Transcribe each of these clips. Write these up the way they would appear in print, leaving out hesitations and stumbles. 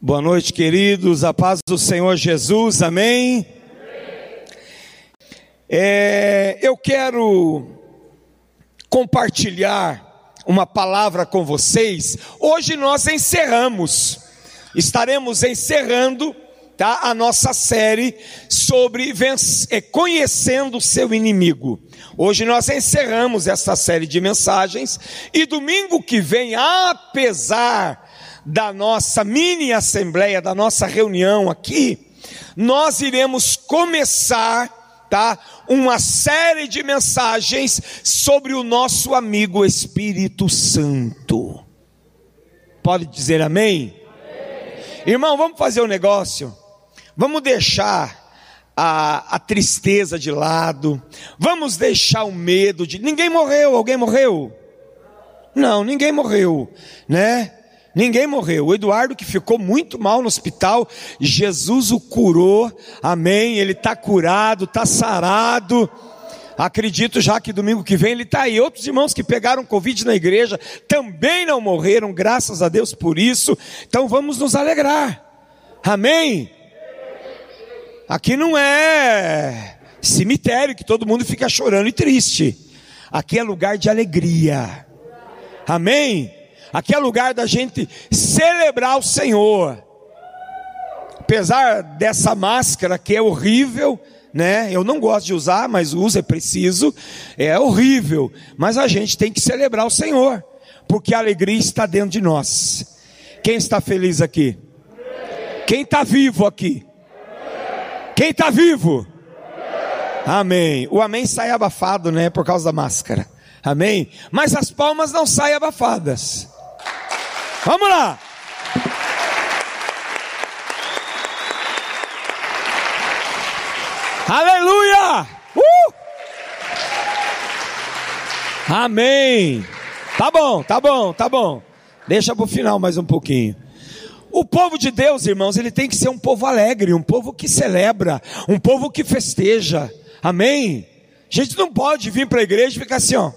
Boa noite, queridos, a paz do Senhor Jesus, amém? Eu quero compartilhar uma palavra com vocês. Hoje nós estaremos encerrando, a nossa série sobre conhecendo o seu inimigo. Hoje nós encerramos essa série de mensagens e domingo que vem, apesar da nossa mini assembleia, da nossa reunião aqui, nós iremos começar, uma série de mensagens sobre o nosso amigo Espírito Santo. Pode dizer amém? Amém. Irmão, vamos fazer um negócio, vamos deixar a tristeza de lado, vamos deixar o medo ninguém morreu. Alguém morreu? Não, ninguém morreu, né? Ninguém morreu. O Eduardo, que ficou muito mal no hospital, Jesus o curou, amém, ele está curado, está sarado. Acredito já que domingo que vem ele está aí. Outros irmãos que pegaram Covid na igreja também não morreram, graças a Deus por isso. Então vamos nos alegrar, amém. Aqui não é cemitério que todo mundo fica chorando e triste. Aqui é lugar de alegria, amém. Aqui é lugar da gente celebrar o Senhor. Apesar dessa máscara que é horrível, né? Eu não gosto de usar, mas uso, é preciso. É horrível, mas a gente tem que celebrar o Senhor, porque a alegria está dentro de nós. Quem está feliz aqui? Quem está vivo aqui? Quem está vivo? Amém. O amém sai abafado, né? Por causa da máscara. Amém? Mas as palmas não saem abafadas. Vamos lá. Aleluia. Amém. Tá bom. Deixa para o final mais um pouquinho. O povo de Deus, irmãos, ele tem que ser um povo alegre, um povo que celebra, um povo que festeja. Amém? A gente não pode vir para a igreja e ficar assim, ó.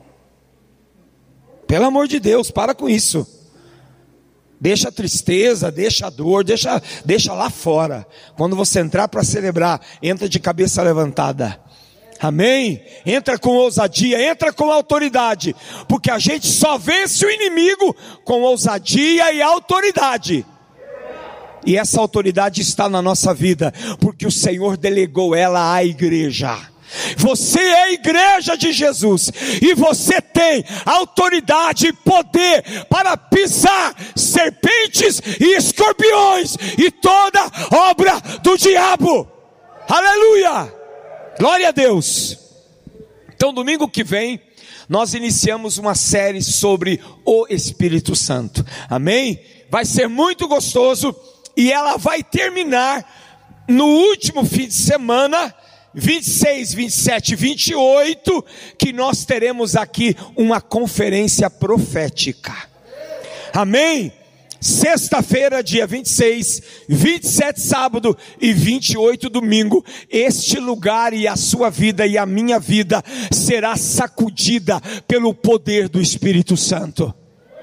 Pelo amor de Deus, para com isso. Deixa a tristeza, deixa a dor, deixa lá fora. Quando você entrar para celebrar, entra de cabeça levantada. Amém? Entra com ousadia, entra com autoridade. Porque a gente só vence o inimigo com ousadia e autoridade. E essa autoridade está na nossa vida, porque o Senhor delegou ela à igreja. Você é a igreja de Jesus, e você tem autoridade e poder para pisar serpentes e escorpiões e toda obra do diabo. Aleluia, glória a Deus. Então domingo que vem nós iniciamos uma série sobre o Espírito Santo, amém? Vai ser muito gostoso, e ela vai terminar no último fim de semana, 26, 27 e 28, que nós teremos aqui uma conferência profética. Amém? Sexta-feira, dia 26, 27 sábado e 28 domingo, este lugar e a sua vida e a minha vida será sacudida pelo poder do Espírito Santo.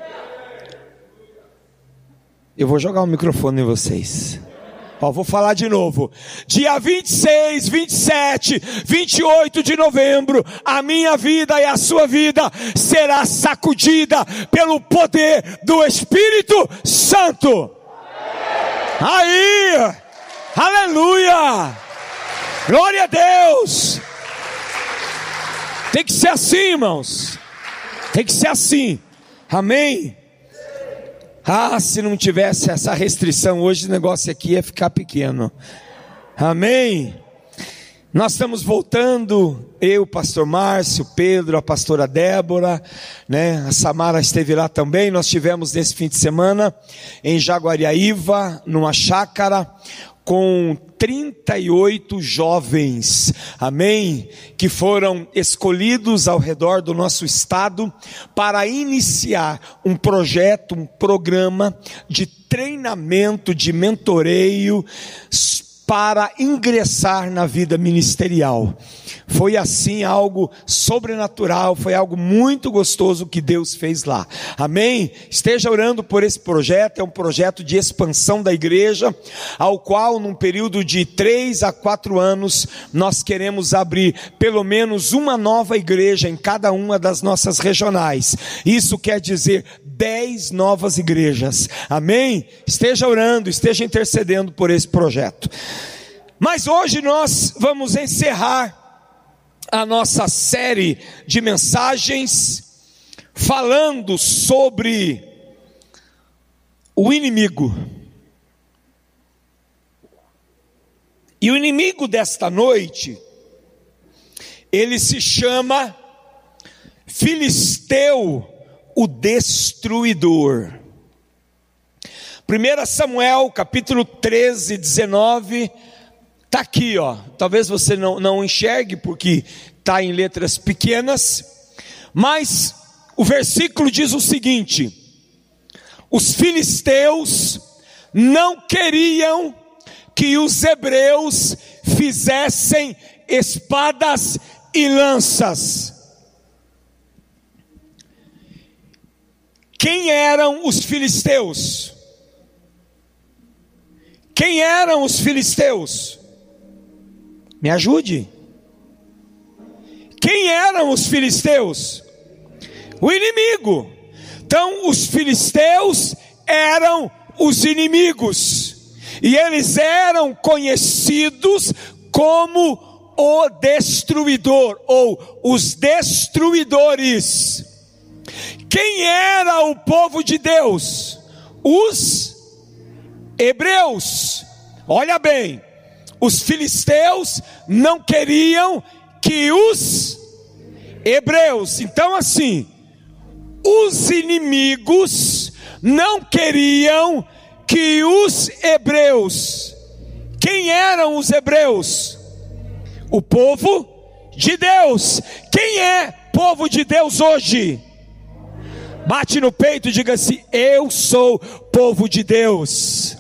Eu vou jogar o microfone em vocês. Vou falar de novo. Dia 26, 27, 28 de novembro, a minha vida e a sua vida será sacudida pelo poder do Espírito Santo. Aí, aleluia, glória a Deus. Tem que ser assim, irmãos. Tem que ser assim, amém? Se não tivesse essa restrição hoje, o negócio aqui ia ficar pequeno. Amém? Nós estamos voltando, eu, pastor Márcio, Pedro, a pastora Débora, né? A Samara esteve lá também. Nós tivemos nesse fim de semana em Jaguariaíva, numa chácara, com 38 jovens, amém, que foram escolhidos ao redor do nosso estado para iniciar um projeto, um programa de treinamento, de mentoreio para ingressar na vida ministerial. Foi assim algo sobrenatural, foi algo muito gostoso que Deus fez lá. Amém? Esteja orando por esse projeto, é um projeto de expansão da igreja, ao qual num período de 3 a 4 anos, nós queremos abrir pelo menos uma nova igreja em cada uma das nossas regionais. Isso quer dizer 10 novas igrejas. Amém? Esteja orando, esteja intercedendo por esse projeto. Mas hoje nós vamos encerrar a nossa série de mensagens falando sobre o inimigo. E o inimigo desta noite, ele se chama Filisteu, o destruidor. 1 Samuel capítulo 13, 19, está aqui, ó. Talvez você não enxergue porque está em letras pequenas, mas o versículo diz o seguinte: os filisteus não queriam que os hebreus fizessem espadas e lanças. Quem eram os filisteus? Quem eram os filisteus? Me ajude. Quem eram os filisteus? O inimigo. Então os filisteus eram os inimigos. E eles eram conhecidos como o destruidor, ou os destruidores. Quem era o povo de Deus? Os hebreus. Olha bem, os filisteus não queriam que os hebreus, então assim, os inimigos não queriam que os hebreus. Quem eram os hebreus? O povo de Deus. Quem é povo de Deus hoje? Bate no peito e diga assim: eu sou povo de Deus.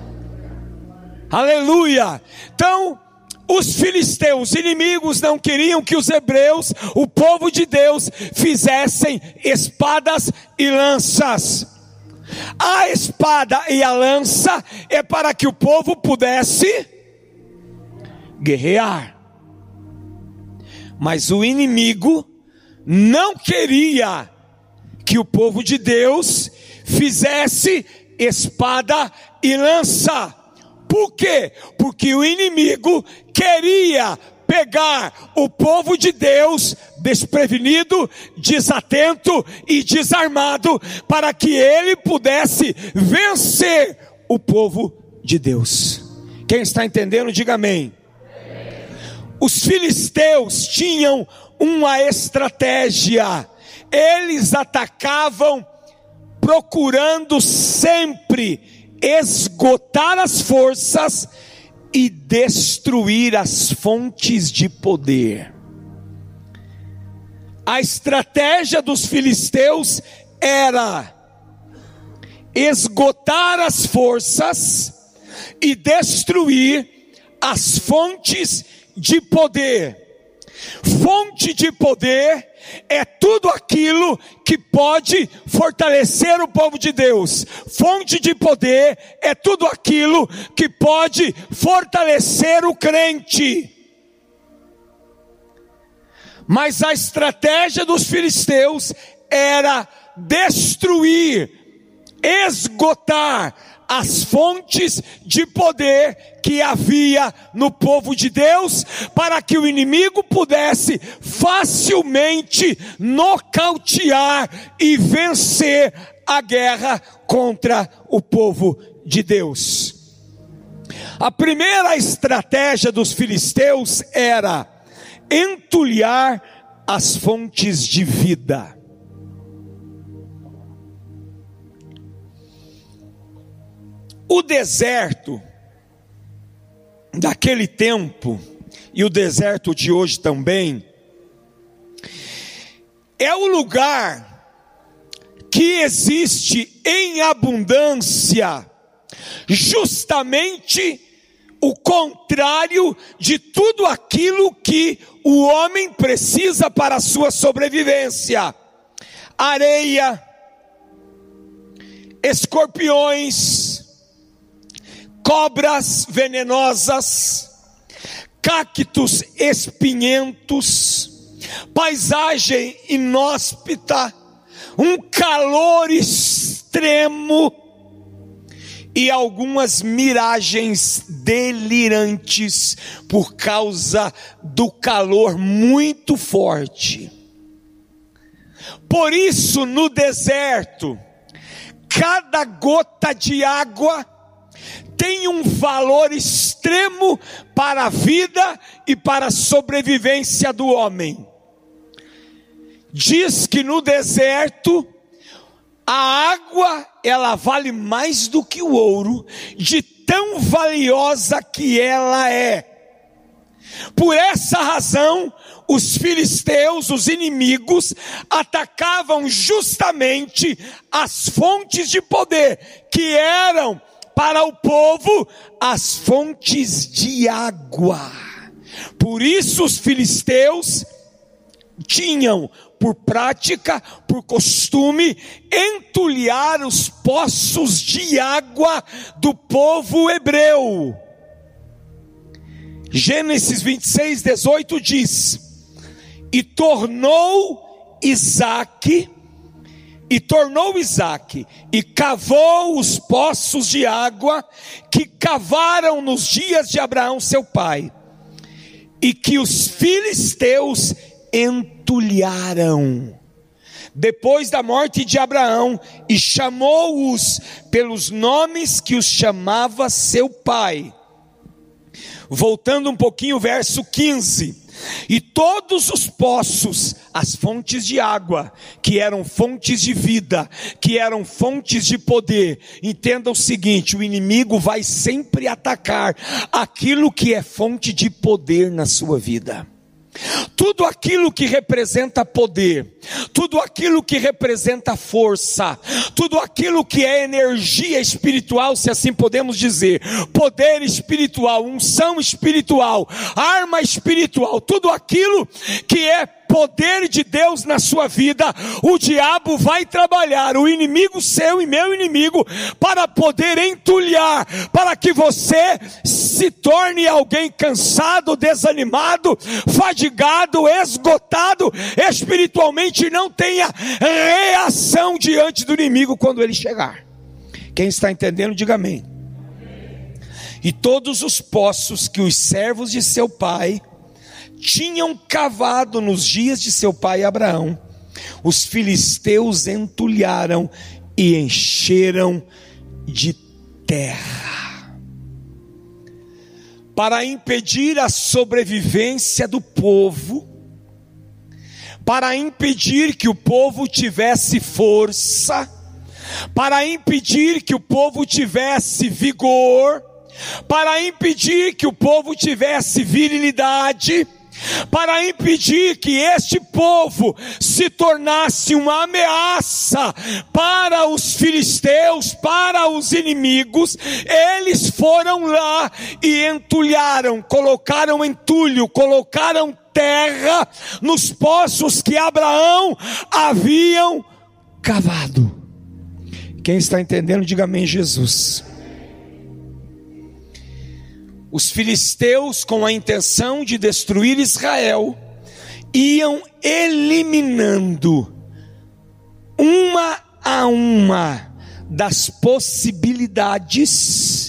Aleluia. Então, os filisteus, inimigos, não queriam que os hebreus, o povo de Deus, fizessem espadas e lanças. A espada e a lança é para que o povo pudesse guerrear. Mas o inimigo não queria que o povo de Deus fizesse espada e lança. Por quê? Porque o inimigo queria pegar o povo de Deus desprevenido, desatento e desarmado, para que ele pudesse vencer o povo de Deus. Quem está entendendo, diga amém. Os filisteus tinham uma estratégia. Eles atacavam procurando sempre esgotar as forças e destruir as fontes de poder. A estratégia dos filisteus era esgotar as forças e destruir as fontes de poder. Fonte de poder é tudo aquilo que pode fortalecer o povo de Deus. Fonte de poder é tudo aquilo que pode fortalecer o crente. Mas a estratégia dos filisteus era destruir, esgotar as fontes de poder que havia no povo de Deus, para que o inimigo pudesse facilmente nocautear e vencer a guerra contra o povo de Deus. A primeira estratégia dos filisteus era entulhar as fontes de vida. O deserto daquele tempo, e o deserto de hoje também, é o lugar que existe em abundância justamente o contrário de tudo aquilo que o homem precisa para a sua sobrevivência: areia, escorpiões, cobras venenosas, cactos espinhentos, paisagem inóspita, um calor extremo e algumas miragens delirantes por causa do calor muito forte. Por isso, no deserto, cada gota de água tem um valor extremo para a vida e para a sobrevivência do homem. Diz que no deserto, a água, ela vale mais do que o ouro, de tão valiosa que ela é. Por essa razão, os filisteus, os inimigos, atacavam justamente as fontes de poder, que eram para o povo as fontes de água. Por isso os filisteus tinham por prática, por costume, entulhar os poços de água do povo hebreu. Gênesis 26:18 diz: E tornou Isaque e cavou os poços de água que cavaram nos dias de Abraão seu pai, e que os filisteus entulharam depois da morte de Abraão, e chamou-os pelos nomes que os chamava seu pai. Voltando um pouquinho, verso 15: E todos os poços, as fontes de água, que eram fontes de vida, que eram fontes de poder. Entenda o seguinte: o inimigo vai sempre atacar aquilo que é fonte de poder na sua vida. Tudo aquilo que representa poder, tudo aquilo que representa força, tudo aquilo que é energia espiritual, se assim podemos dizer, poder espiritual, unção espiritual, arma espiritual, tudo aquilo que é poder de Deus na sua vida, o diabo vai trabalhar, o inimigo seu e meu inimigo, para poder entulhar, para que você se torne alguém cansado, desanimado, fadigado, esgotado espiritualmente, e não tenha reação diante do inimigo quando ele chegar. Quem está entendendo, diga amém. E todos os poços que os servos de seu pai tinham cavado nos dias de seu pai Abraão, os filisteus entulharam e encheram de terra. Para impedir a sobrevivência do povo, para impedir que o povo tivesse força, para impedir que o povo tivesse vigor, para impedir que o povo tivesse virilidade, para impedir que este povo se tornasse uma ameaça para os filisteus, para os inimigos, eles foram lá e entulharam, colocaram entulho, colocaram terra nos poços que Abraão haviam cavado. Quem está entendendo, diga amém, Jesus. Os filisteus, com a intenção de destruir Israel, iam eliminando uma a uma das possibilidades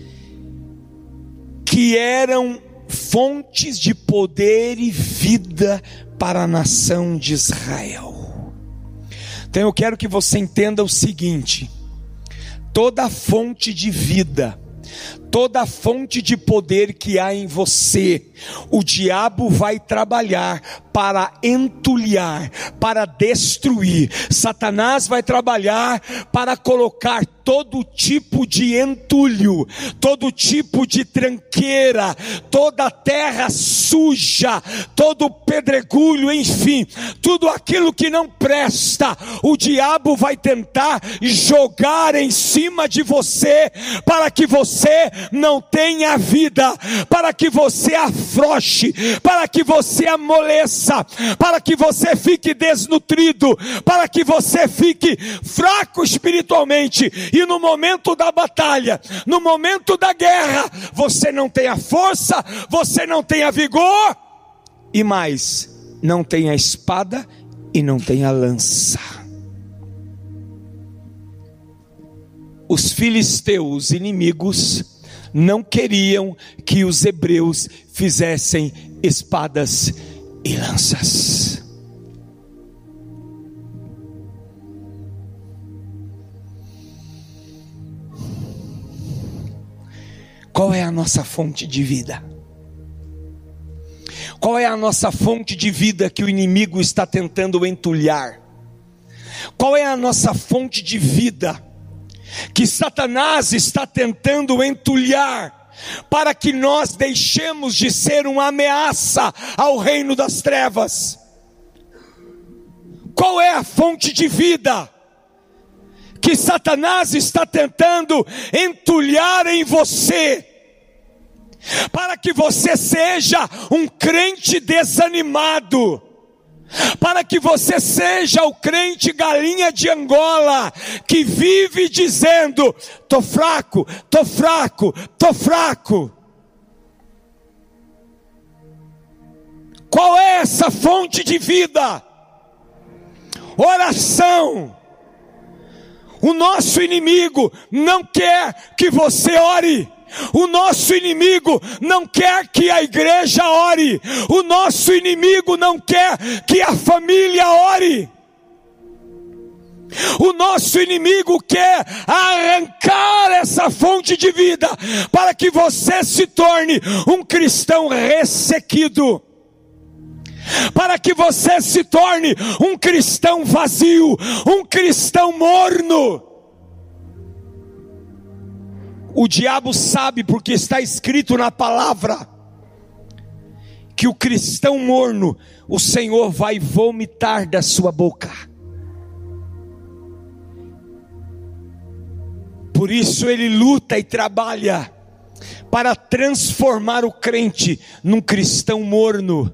que eram fontes de poder e vida para a nação de Israel. Então eu quero que você entenda o seguinte: toda fonte de vida, toda fonte de poder que há em você, o diabo vai trabalhar para entulhar, para destruir. Satanás vai trabalhar para colocar todo tipo de entulho, todo tipo de tranqueira, toda terra suja, todo pedregulho, enfim, tudo aquilo que não presta, o diabo vai tentar jogar em cima de você, para que você não tenha vida, para que você afrouxe, para que você amoleça, para que você fique desnutrido, para que você fique fraco espiritualmente, e no momento da batalha, no momento da guerra, você não tenha força, você não tenha vigor, e mais, não tenha espada e não tenha lança. Os filisteus inimigos não queriam que os hebreus fizessem espadas e lanças. Qual é a nossa fonte de vida? Qual é a nossa fonte de vida que o inimigo está tentando entulhar? Qual é a nossa fonte de vida que Satanás está tentando entulhar, para que nós deixemos de ser uma ameaça ao reino das trevas? Qual é a fonte de vida que Satanás está tentando entulhar em você, para que você seja um crente desanimado, para que você seja o crente galinha de Angola, que vive dizendo: tô fraco, tô fraco, tô fraco. Qual é essa fonte de vida? Oração. O nosso inimigo não quer que você ore. O nosso inimigo não quer que a igreja ore. O nosso inimigo não quer que a família ore. O nosso inimigo quer arrancar essa fonte de vida, para que você se torne um cristão ressequido, para que você se torne um cristão vazio, um cristão morno. O diabo sabe, porque está escrito na palavra, que o cristão morno, o Senhor vai vomitar da sua boca. Por isso ele luta e trabalha para transformar o crente num cristão morno,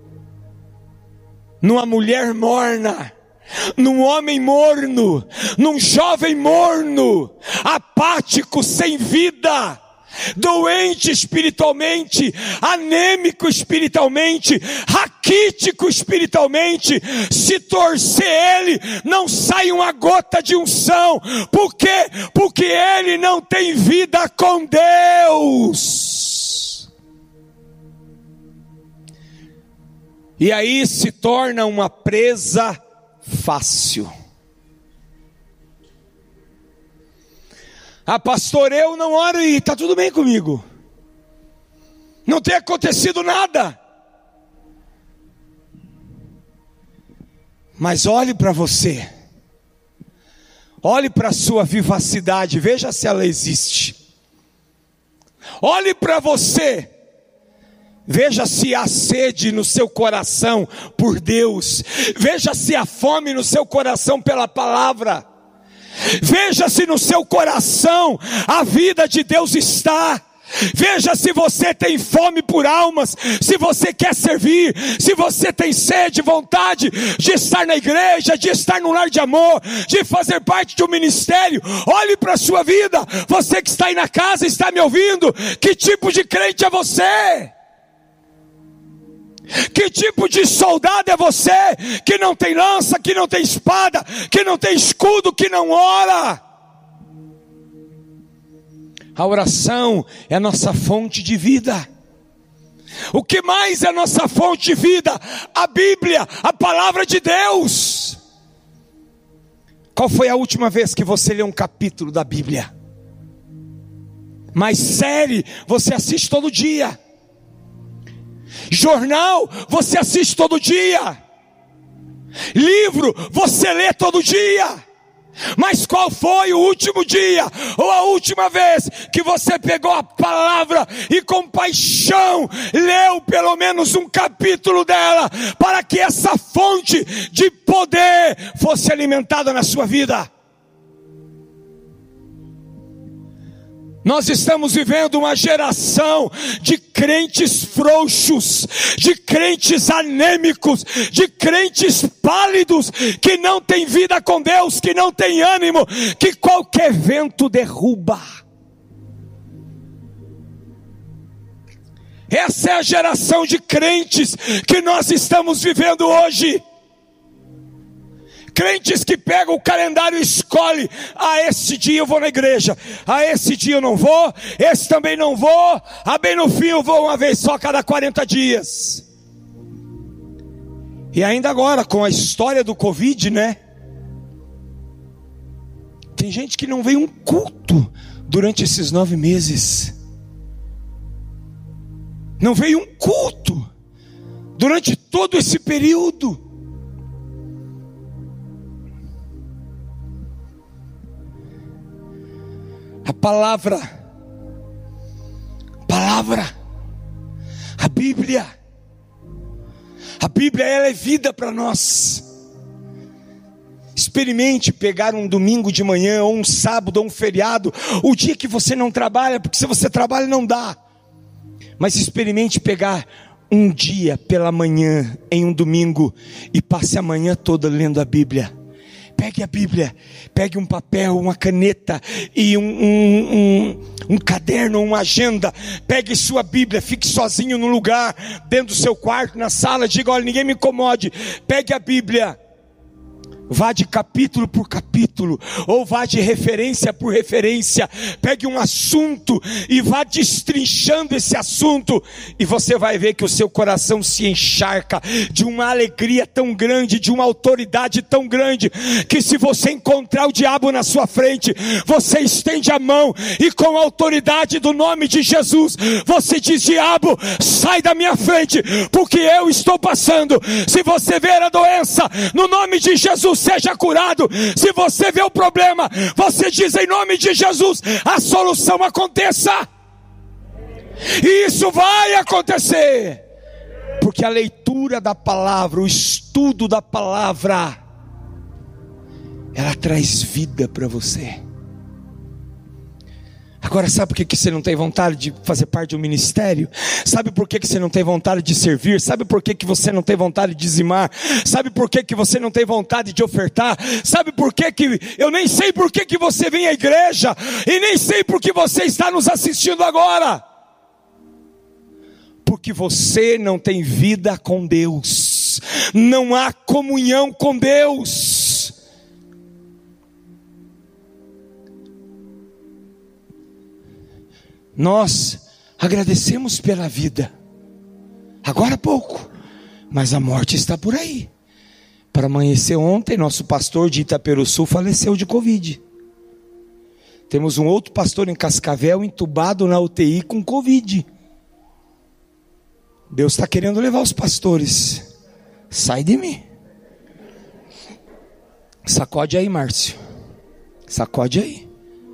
numa mulher morna, num homem morno, num jovem morno, apático, sem vida, doente espiritualmente, anêmico espiritualmente, raquítico espiritualmente. Se torcer ele, não sai uma gota de unção. Por quê? Porque ele não tem vida com Deus. E aí se torna uma presa fácil. Ah, pastor, eu não oro e está tudo bem comigo, não tem acontecido nada. Mas olhe para você, olhe para a sua vivacidade, veja se ela existe. Olhe para você, veja se há sede no seu coração por Deus. Veja se há fome no seu coração pela palavra. Veja se no seu coração a vida de Deus está. Veja se você tem fome por almas, se você quer servir, se você tem sede, vontade de estar na igreja, de estar no lar de amor, de fazer parte de um ministério. Olhe para a sua vida. Você que está aí na casa, está me ouvindo, que tipo de crente é você? Que tipo de soldado é você, que não tem lança, que não tem espada, que não tem escudo, que não ora? A oração é a nossa fonte de vida. O que mais é a nossa fonte de vida? A Bíblia, a palavra de Deus. Qual foi a última vez que você leu um capítulo da Bíblia? Mas série, você assiste todo dia. Jornal, você assiste todo dia. Livro, você lê todo dia. Mas qual foi o último dia, ou a última vez, que você pegou a palavra e com paixão leu pelo menos um capítulo dela, para que essa fonte de poder fosse alimentada na sua vida? Nós estamos vivendo uma geração de crentes frouxos, de crentes anêmicos, de crentes pálidos, que não tem vida com Deus, que não tem ânimo, que qualquer vento derruba. Essa é a geração de crentes que nós estamos vivendo hoje. Crentes que pegam o calendário e escolhem: esse dia eu vou na igreja, esse dia eu não vou, esse também não vou, bem no fim eu vou uma vez só cada 40 dias. E ainda agora com a história do Covid, né? Tem gente que não veio um culto durante esses 9 meses. Não veio um culto durante todo esse período. A palavra, a Bíblia ela é vida para nós. Experimente pegar um domingo de manhã, ou um sábado, ou um feriado, o dia que você não trabalha, porque se você trabalha não dá. Mas experimente pegar um dia pela manhã, em um domingo, e passe a manhã toda lendo a Bíblia. Pegue a Bíblia, pegue um papel, uma caneta e um caderno, uma agenda. Pegue sua Bíblia, fique sozinho no lugar, dentro do seu quarto, na sala, diga: olha, ninguém me incomode. Pegue a Bíblia, vá de capítulo por capítulo, ou vá de referência por referência. Pegue um assunto e vá destrinchando esse assunto, e você vai ver que o seu coração se encharca de uma alegria tão grande, de uma autoridade tão grande, que se você encontrar o diabo na sua frente, você estende a mão e com a autoridade do nome de Jesus, você diz: diabo, sai da minha frente, porque eu estou passando. Se você ver a doença, no nome de Jesus, seja curado. Se você vê o problema, você diz: em nome de Jesus, a solução aconteça. E isso vai acontecer, porque a leitura da palavra, o estudo da palavra, ela traz vida para você. Agora, sabe por que você não tem vontade de fazer parte de um ministério? Sabe por que você não tem vontade de servir? Sabe por que você não tem vontade de dizimar? Sabe por que você não tem vontade de ofertar? Sabe por que eu nem sei por que você vem à igreja, e nem sei por que você está nos assistindo agora? Porque você não tem vida com Deus, não há comunhão com Deus. Nós agradecemos pela vida, agora há pouco, mas a morte está por aí. Para amanhecer ontem, nosso pastor de Itaperuçu faleceu de Covid. Temos um outro pastor em Cascavel entubado na UTI com Covid. Deus está querendo levar os pastores. Sai de mim. Sacode aí, Márcio. Sacode aí.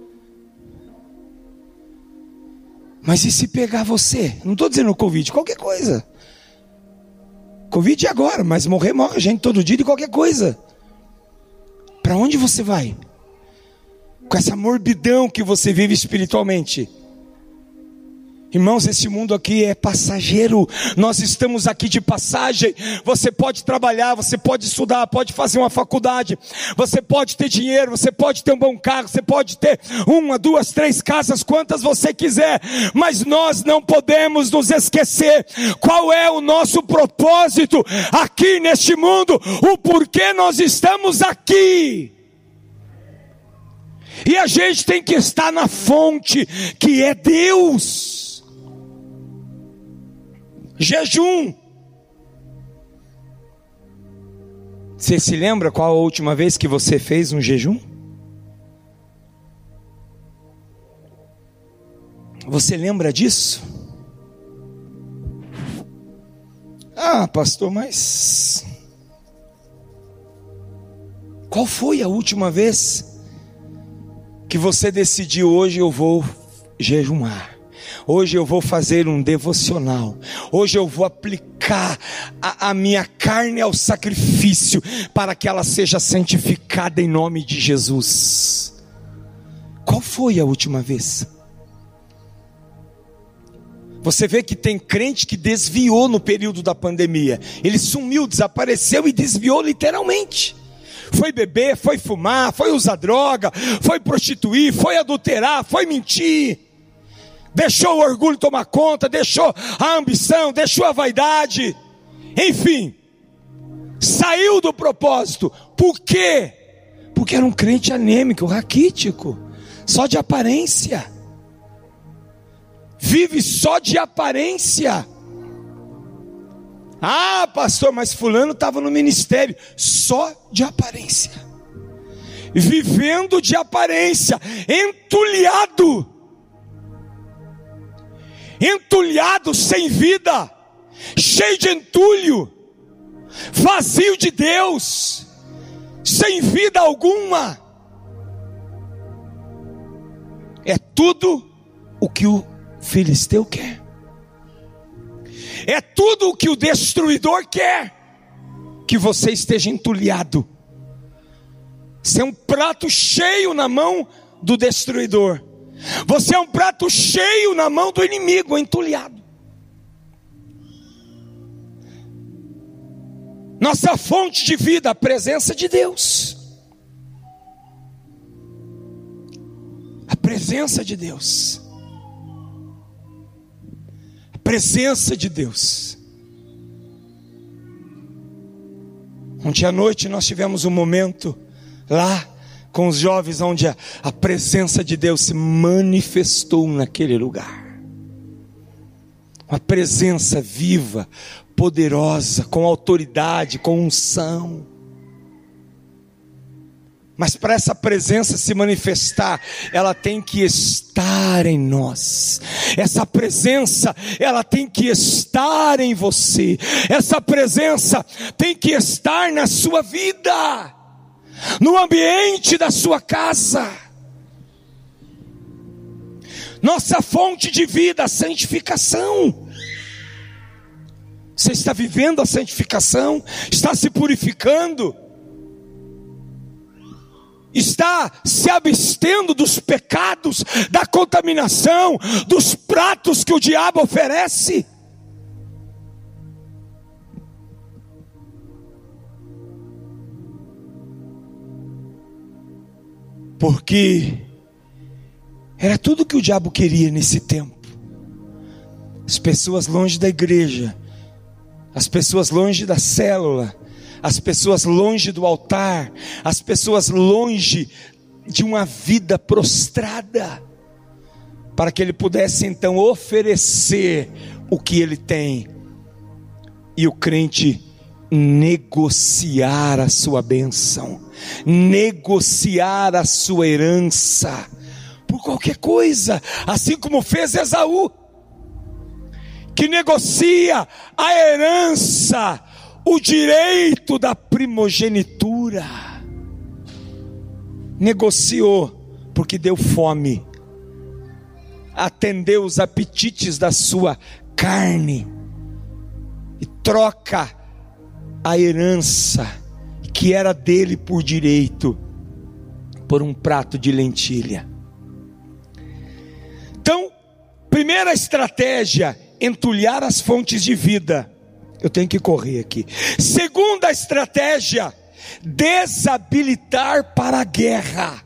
Mas e se pegar você? Não estou dizendo Covid, qualquer coisa. Covid é agora, mas morre gente todo dia de qualquer coisa. Para onde você vai? Com essa morbidão que você vive espiritualmente. Irmãos, esse mundo aqui é passageiro. Nós estamos aqui de passagem. Você pode trabalhar, você pode estudar, pode fazer uma faculdade, você pode ter dinheiro, você pode ter um bom carro, você pode ter 1, 2, 3 casas, quantas você quiser. Mas nós não podemos nos esquecer qual é o nosso propósito aqui neste mundo, o porquê nós estamos aqui. E a gente tem que estar na fonte, que é Deus. Jejum. Você se lembra qual a última vez que você fez um jejum? Você lembra disso? Ah, pastor, mas qual foi a última vez que você decidiu: hoje eu vou jejumar? Hoje eu vou fazer um devocional. Hoje eu vou aplicar a minha carne ao sacrifício, para que ela seja santificada em nome de Jesus. Qual foi a última vez? Você vê que tem crente que desviou no período da pandemia. Ele sumiu, desapareceu e desviou literalmente. Foi beber, foi fumar, foi usar droga, foi prostituir, foi adulterar, foi mentir. Deixou o orgulho tomar conta, deixou a ambição, deixou a vaidade. Enfim, saiu do propósito. Por quê? Porque era um crente anêmico, raquítico, só de aparência. Vive só de aparência. Ah, pastor, mas fulano estava no ministério. Só de aparência. Vivendo de aparência. Entulhado. Entulhado, sem vida. Cheio de entulho. Vazio de Deus. Sem vida alguma. É tudo o que o filisteu quer. É tudo o que o destruidor quer. Que você esteja entulhado. Você é um prato cheio na mão do destruidor. Você é um prato cheio na mão do inimigo, entulhado. Nossa fonte de vida, a presença de Deus. A presença de Deus. Presença de Deus. Ontem à noite nós tivemos um momento lá com os jovens onde a presença de Deus se manifestou naquele lugar. Uma presença viva, poderosa, com autoridade, com unção. Mas para essa presença se manifestar, ela tem que estar em nós. Essa presença, ela tem que estar em você. Essa presença tem que estar na sua vida, no ambiente da sua casa. Nossa fonte de vida, a santificação. Você está vivendo a santificação? Está se purificando? Está se abstendo dos pecados, da contaminação, dos pratos que o diabo oferece? Porque era tudo que o diabo queria nesse tempo. As pessoas longe da igreja, as pessoas longe da célula, as pessoas longe do altar, as pessoas longe de uma vida prostrada, para que ele pudesse então oferecer o que ele tem, e o crente negociar a sua bênção, negociar a sua herança, por qualquer coisa, assim como fez Esaú, que negocia a herança, o direito da primogenitura. Negociou porque deu fome, atendeu os apetites da sua carne e troca a herança que era dele por direito por um prato de lentilha. Então, primeira estratégia, entulhar as fontes de vida. Eu tenho que correr aqui. Segunda estratégia, desabilitar para a guerra.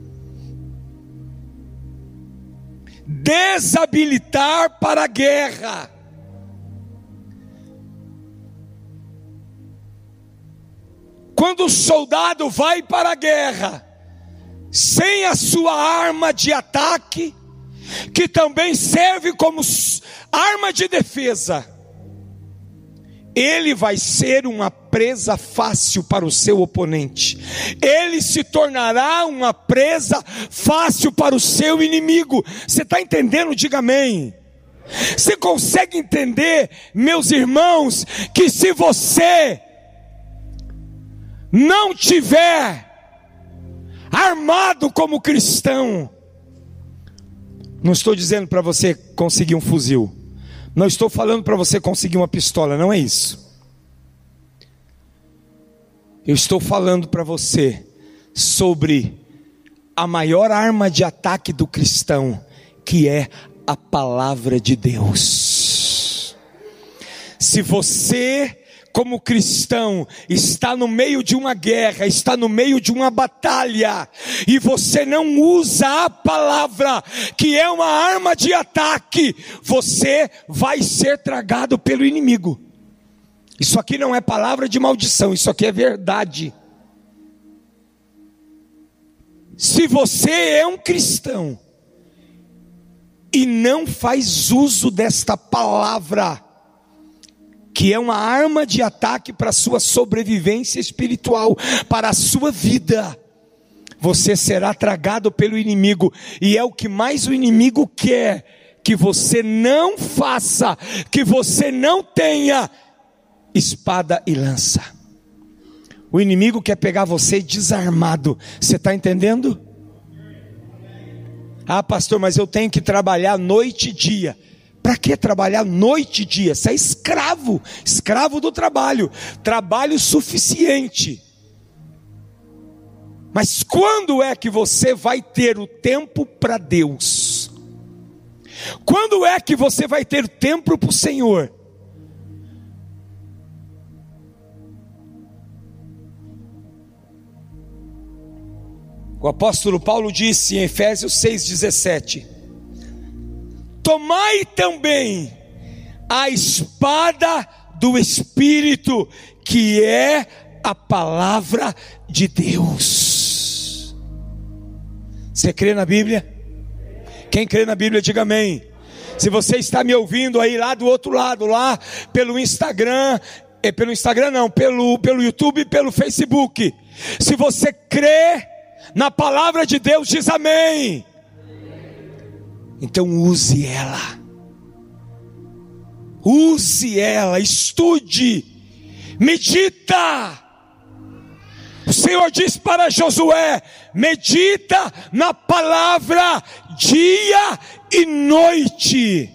Desabilitar para a guerra. Quando o soldado vai para a guerra, sem a sua arma de ataque, que também serve como arma de defesa, ele vai ser uma presa fácil para o seu oponente. Ele se tornará uma presa fácil para o seu inimigo. Você está entendendo? Diga amém. Você consegue entender, meus irmãos, que se você não tiver armado como cristão, não estou dizendo para você conseguir um fuzil, não estou falando para você conseguir uma pistola, não é isso. Eu estou falando para você sobre a maior arma de ataque do cristão, que é a palavra de Deus. Se você, como cristão, está no meio de uma guerra, está no meio de uma batalha, e você não usa a palavra, que é uma arma de ataque, você vai ser tragado pelo inimigo. Isso aqui não é palavra de maldição, isso aqui é verdade. Se você é um cristão e não faz uso desta palavra, que é uma arma de ataque para a sua sobrevivência espiritual, para a sua vida, você será tragado pelo inimigo, e é o que mais o inimigo quer, que você não faça, que você não tenha espada e lança. O inimigo quer pegar você desarmado, você está entendendo? Ah, pastor, mas eu tenho que trabalhar noite e dia. Para que trabalhar noite e dia? Você é escravo, escravo do trabalho, trabalho suficiente. Mas quando é que você vai ter o tempo para Deus? Quando é que você vai ter tempo para o Senhor? O apóstolo Paulo disse em Efésios 6,17: tomai também a espada do Espírito, que é a palavra de Deus. Você crê na Bíblia? Quem crê na Bíblia, diga amém. Se você está me ouvindo aí lá do outro lado, lá pelo Instagram, pelo YouTube, pelo Facebook, se você crê na palavra de Deus, diz amém. Então use ela, estude, medita. O Senhor diz para Josué: medita na palavra dia e noite.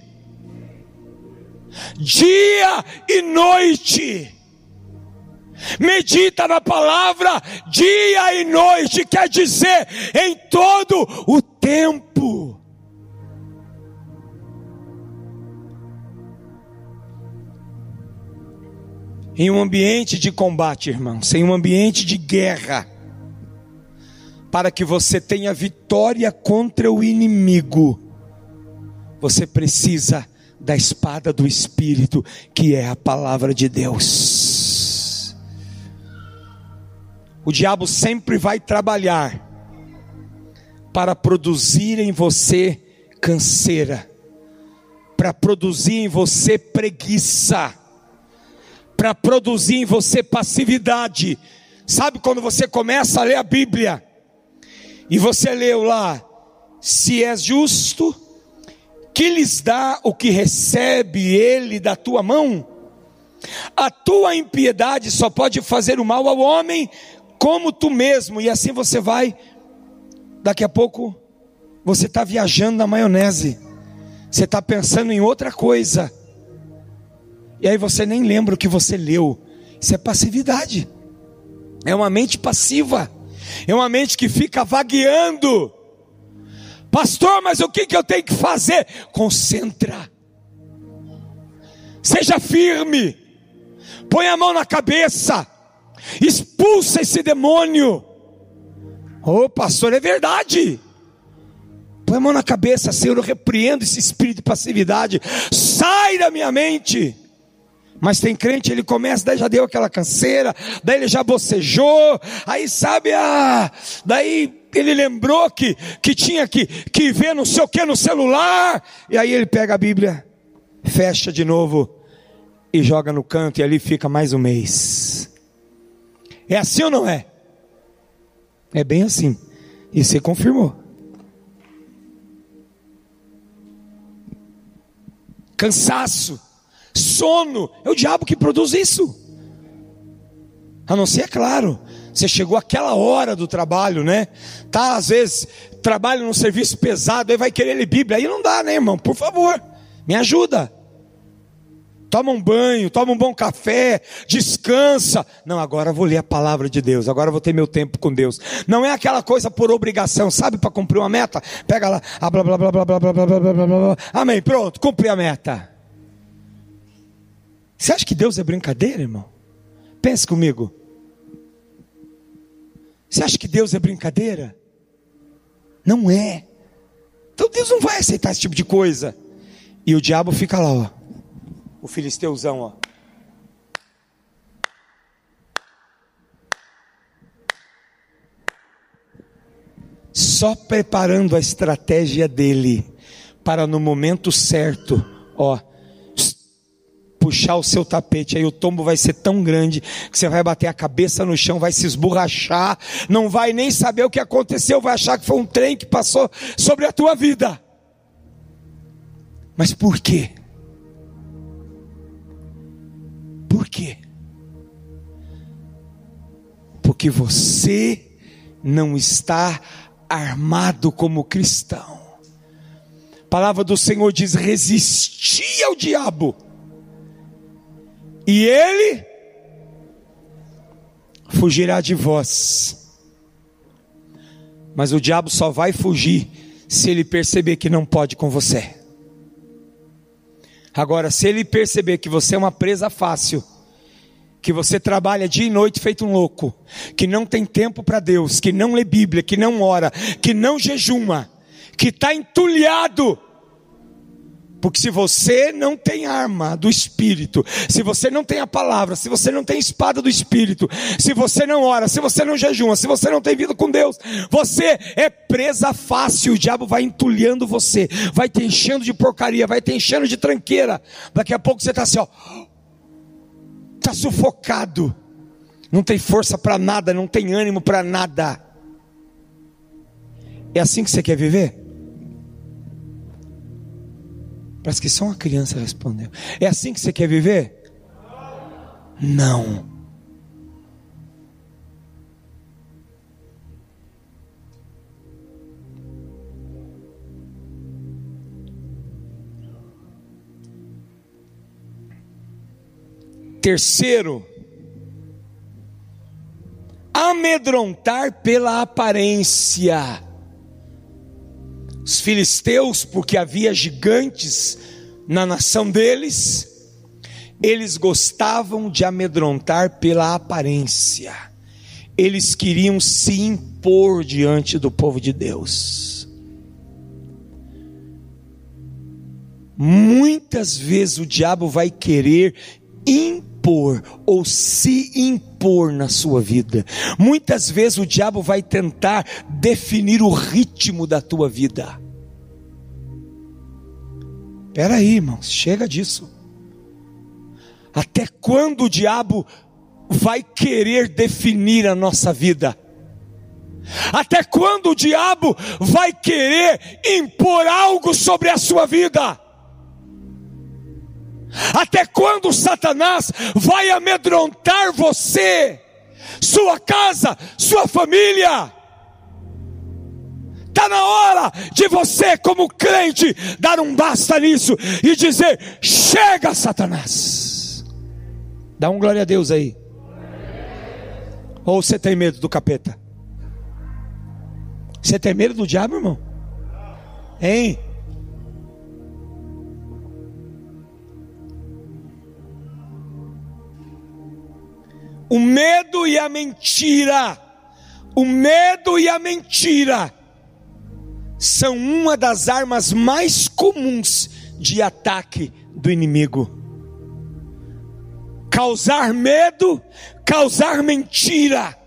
Dia e noite. Medita na palavra dia e noite, quer dizer em todo o tempo. Em um ambiente de combate, irmãos, em um ambiente de guerra, para que você tenha vitória contra o inimigo, você precisa da espada do Espírito, que é a palavra de Deus. O diabo sempre vai trabalhar para produzir em você canseira, para produzir em você preguiça, para produzir em você passividade. Sabe quando você começa a ler a Bíblia e você leu lá: se és justo, que lhes dá o que recebe ele da tua mão? A tua impiedade só pode fazer o mal ao homem como tu mesmo. E assim você vai, daqui a pouco você está viajando na maionese, você está pensando em outra coisa, e aí você nem lembra o que você leu. Isso é passividade, é uma mente passiva, é uma mente que fica vagueando. Pastor, mas o que eu tenho que fazer? Concentra, seja firme, põe a mão na cabeça, expulsa esse demônio. Oh pastor, é verdade. Põe a mão na cabeça: Senhor, eu repreendo esse espírito de passividade, sai da minha mente. Mas tem crente, ele começa, daí já deu aquela canseira, daí ele já bocejou, aí sabe, daí ele lembrou que tinha que ver não sei o que no celular, e aí ele pega a Bíblia, fecha de novo e joga no canto, e ali fica mais um mês. É assim ou não é? É bem assim, e você confirmou. Cansaço, sono, é o diabo que produz isso. A não ser, é claro, você chegou àquela hora do trabalho, né? Tá, às vezes, trabalha num serviço pesado, aí vai querer ler Bíblia, aí não dá, né, irmão? Por favor, me ajuda. toma um banho, toma um bom café, descansa. Não, agora eu vou ler a palavra de Deus, agora eu vou ter meu tempo com Deus. Não é aquela coisa por obrigação, sabe, para cumprir uma meta? Pega lá, blá blá blá blá blá blá blá blá blá blá. Amém, pronto, cumpri a meta. Você acha que Deus é brincadeira, irmão? Pense comigo. Você acha que Deus é brincadeira? Não é. Então Deus não vai aceitar esse tipo de coisa. E o diabo fica lá, ó. O filisteuzão, ó. Só preparando a estratégia dele para no momento certo, ó, puxar o seu tapete. Aí o tombo vai ser tão grande que você vai bater a cabeça no chão, vai se esborrachar, não vai nem saber o que aconteceu, vai achar que foi um trem que passou sobre a tua vida. Mas por quê? Por quê? Porque você não está armado como cristão. A palavra do Senhor diz: resisti ao diabo e ele fugirá de vós. Mas o diabo só vai fugir se ele perceber que não pode com você. Agora, se ele perceber que você é uma presa fácil, que você trabalha dia e noite feito um louco, que não tem tempo para Deus, que não lê Bíblia, que não ora, que não jejuma, que está entulhado, porque se você não tem arma do Espírito, se você não tem a palavra, se você não tem espada do Espírito, se você não ora, se você não jejuma, se você não tem vida com Deus, você é presa fácil. O diabo vai entulhando você, vai te enchendo de porcaria, vai te enchendo de tranqueira. Daqui a pouco você está assim, ó, está sufocado, não tem força para nada, não tem ânimo para nada. É assim que você quer viver? Parece que só uma criança respondeu. É assim que você quer viver? Não. Terceiro, amedrontar pela aparência. Os filisteus, porque havia gigantes na nação deles, eles gostavam de amedrontar pela aparência. Eles queriam se impor diante do povo de Deus. Muitas vezes o diabo vai querer impor ou se impor na sua vida. Muitas vezes o diabo vai tentar definir o ritmo da tua vida. Espera aí, irmãos, chega disso. Até quando o diabo vai querer definir a nossa vida? Até quando o diabo vai querer impor algo sobre a sua vida? Até quando Satanás vai amedrontar você, sua casa, sua família? Está na hora de você, como crente, dar um basta nisso e dizer: chega, Satanás. Dá um glória a Deus aí. Ou você tem medo do capeta? Você tem medo do diabo, irmão? Hein? O medo e a mentira, o medo e a mentira são uma das armas mais comuns de ataque do inimigo. Causar medo, causar mentira.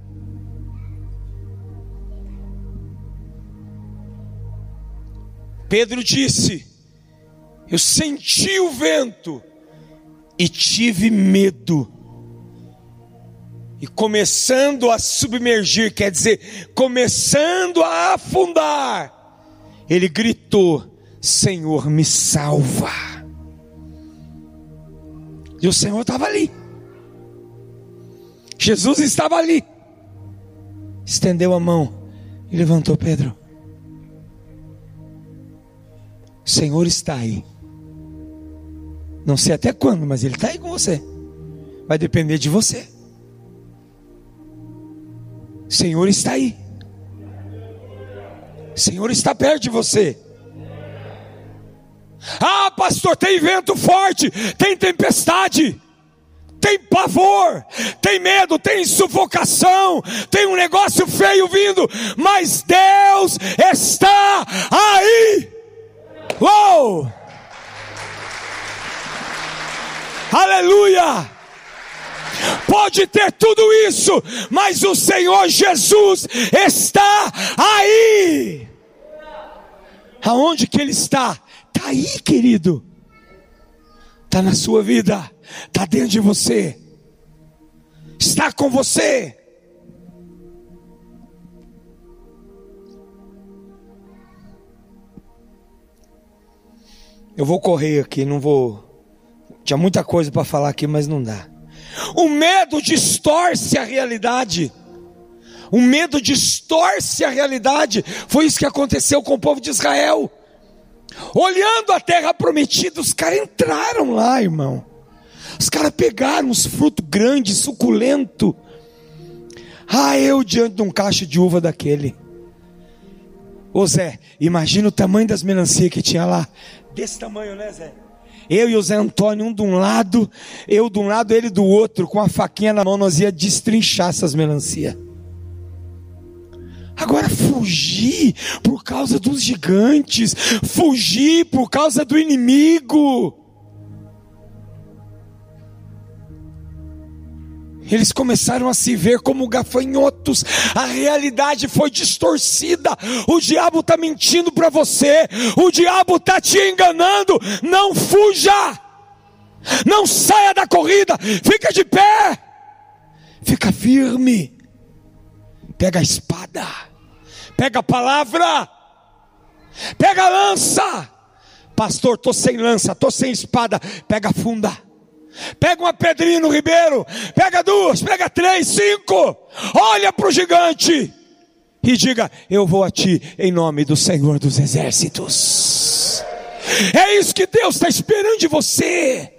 Pedro disse: eu senti o vento e tive medo. E começando a submergir, quer dizer, começando a afundar, ele gritou: Senhor, me salva. E o Senhor estava ali. Jesus estava ali. Estendeu a mão e levantou Pedro. O Senhor está aí. Não sei até quando, mas Ele está aí com você. Vai depender de você. O Senhor está aí. O Senhor está perto de você. Ah, pastor, tem vento forte, tem tempestade, tem pavor, tem medo, tem sufocação, tem um negócio feio vindo, mas Deus está aí. Uou! Aleluia! Pode ter tudo isso, mas o Senhor Jesus está aí. Aonde que Ele está? Está aí, querido. Está na sua vida, está dentro de você, está com você. Eu vou correr aqui, não vou. Tinha muita coisa para falar aqui, mas não dá. O medo distorce a realidade. O medo distorce a realidade. Foi isso que aconteceu com o povo de Israel. Olhando a terra prometida, os caras entraram lá, irmão. Os caras pegaram uns frutos grandes, suculentos. Ah, eu diante de um cacho de uva daquele. Ô Zé, imagina o tamanho das melancias que tinha lá. Desse tamanho, né, Zé? Eu e o Zé Antônio, um de um lado, eu de um lado, ele do outro, com a faquinha na mão, nós ia destrinchar essas melancias. Agora fugir por causa dos gigantes, fugir por causa do inimigo. Eles começaram a se ver como gafanhotos. A realidade foi distorcida. O diabo está mentindo para você. O diabo está te enganando. Não fuja. Não saia da corrida. Fica de pé. Fica firme. Pega a espada. Pega a palavra. Pega a lança. Pastor, estou sem lança, estou sem espada. Pega a funda. Pega uma pedrinha no ribeiro, pega 2, pega 3, 5, olha para o gigante e diga: eu vou a ti em nome do Senhor dos Exércitos. É isso que Deus está esperando de você.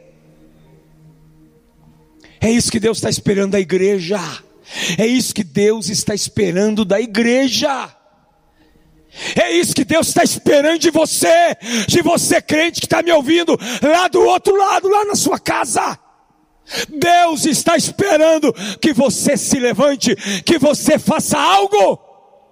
É isso que Deus está esperando da igreja. É isso que Deus está esperando da igreja. É isso que Deus está esperando de você crente que está me ouvindo, lá do outro lado, lá na sua casa. Deus está esperando que você se levante, que você faça algo,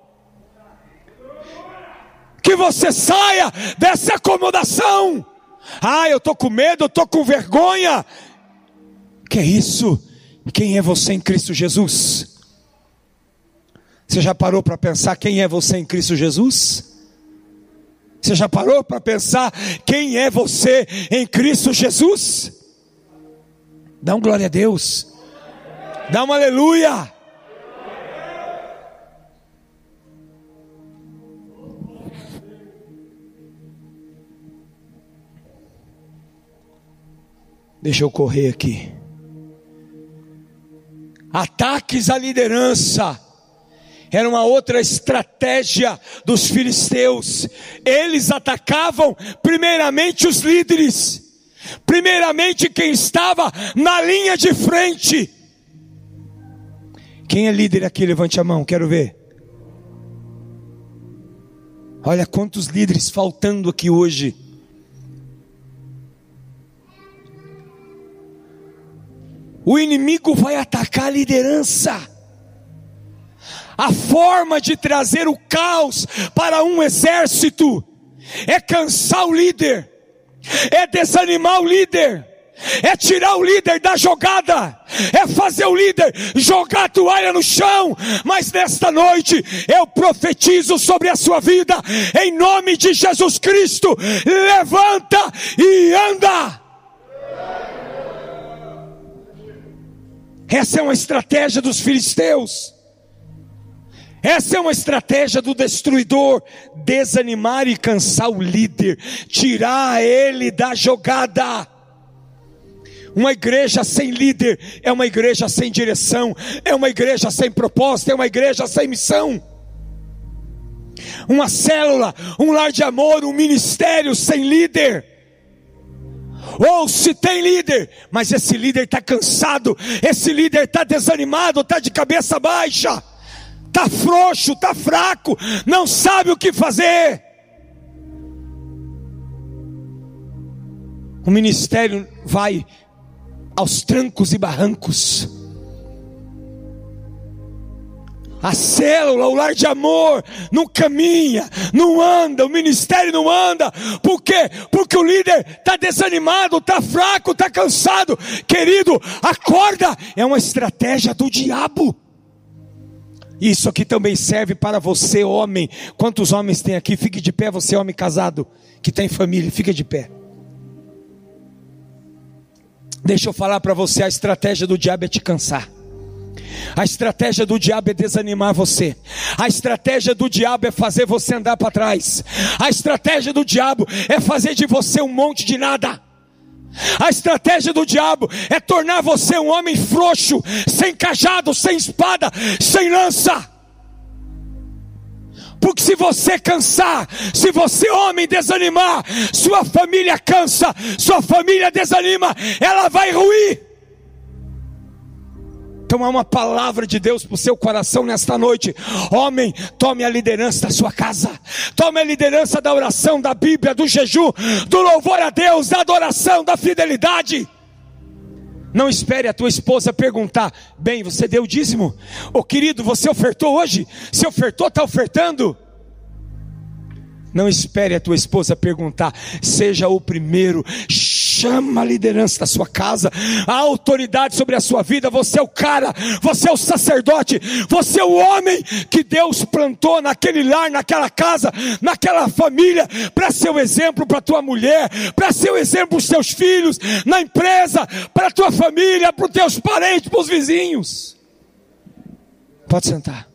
que você saia dessa acomodação. Ah, eu estou com medo, eu estou com vergonha. Que é isso? Quem é você em Cristo Jesus? Você já parou para pensar quem é você em Cristo Jesus? Você já parou para pensar quem é você em Cristo Jesus? Dá um glória a Deus. Dá um aleluia. Deixa eu correr aqui. Ataques à liderança era uma outra estratégia dos filisteus. Eles atacavam primeiramente os líderes, primeiramente quem estava na linha de frente. Quem é líder aqui? Levante a mão, quero ver. Olha quantos líderes faltando aqui hoje. O inimigo vai atacar a liderança. A forma de trazer o caos para um exército é cansar o líder, é desanimar o líder, é tirar o líder da jogada, é fazer o líder jogar a toalha no chão. Mas nesta noite eu profetizo sobre a sua vida, em nome de Jesus Cristo: levanta e anda. Essa é uma estratégia dos filisteus. Essa é uma estratégia do destruidor: desanimar e cansar o líder, tirar ele da jogada. Uma igreja sem líder é uma igreja sem direção, é uma igreja sem propósito, é uma igreja sem missão. Uma célula, um lar de amor, um ministério sem líder, Ou se tem líder, mas esse líder está cansado, esse líder está desanimado, está de cabeça baixa, está frouxo, está fraco, não sabe o que fazer. O ministério vai aos trancos e barrancos. A célula, o lar de amor, não caminha, não anda, o ministério não anda. Por quê? Porque o líder está desanimado, está fraco, está cansado. Querido, acorda, é uma estratégia do diabo. Isso aqui também serve para você, homem. Quantos homens tem aqui? Fique de pé, você homem casado, que tem família, fica de pé. Deixa eu falar para você, a estratégia do diabo é te cansar. A estratégia do diabo é desanimar você. A estratégia do diabo é fazer você andar para trás. A estratégia do diabo é fazer de você um monte de nada. A estratégia do diabo é tornar você um homem frouxo, sem cajado, sem espada, sem lança. Porque se você cansar, se você homem desanimar, sua família cansa, sua família desanima, ela vai ruir. Então há uma palavra de Deus para o seu coração nesta noite. Homem, tome a liderança da sua casa. Tome a liderança da oração, da Bíblia, do jejum, do louvor a Deus, da adoração, da fidelidade. Não espere a tua esposa perguntar: bem, você deu o dízimo? Ô querido, você ofertou hoje? Se ofertou, está ofertando? Não espere a tua esposa perguntar. Seja o primeiro. Chama a liderança da sua casa, a autoridade sobre a sua vida. Você é o cara, você é o sacerdote, você é o homem que Deus plantou naquele lar, naquela casa, naquela família, para ser o exemplo para tua mulher, para ser o exemplo para os teus filhos, na empresa, para a tua família, para os teus parentes, para os vizinhos. Pode sentar.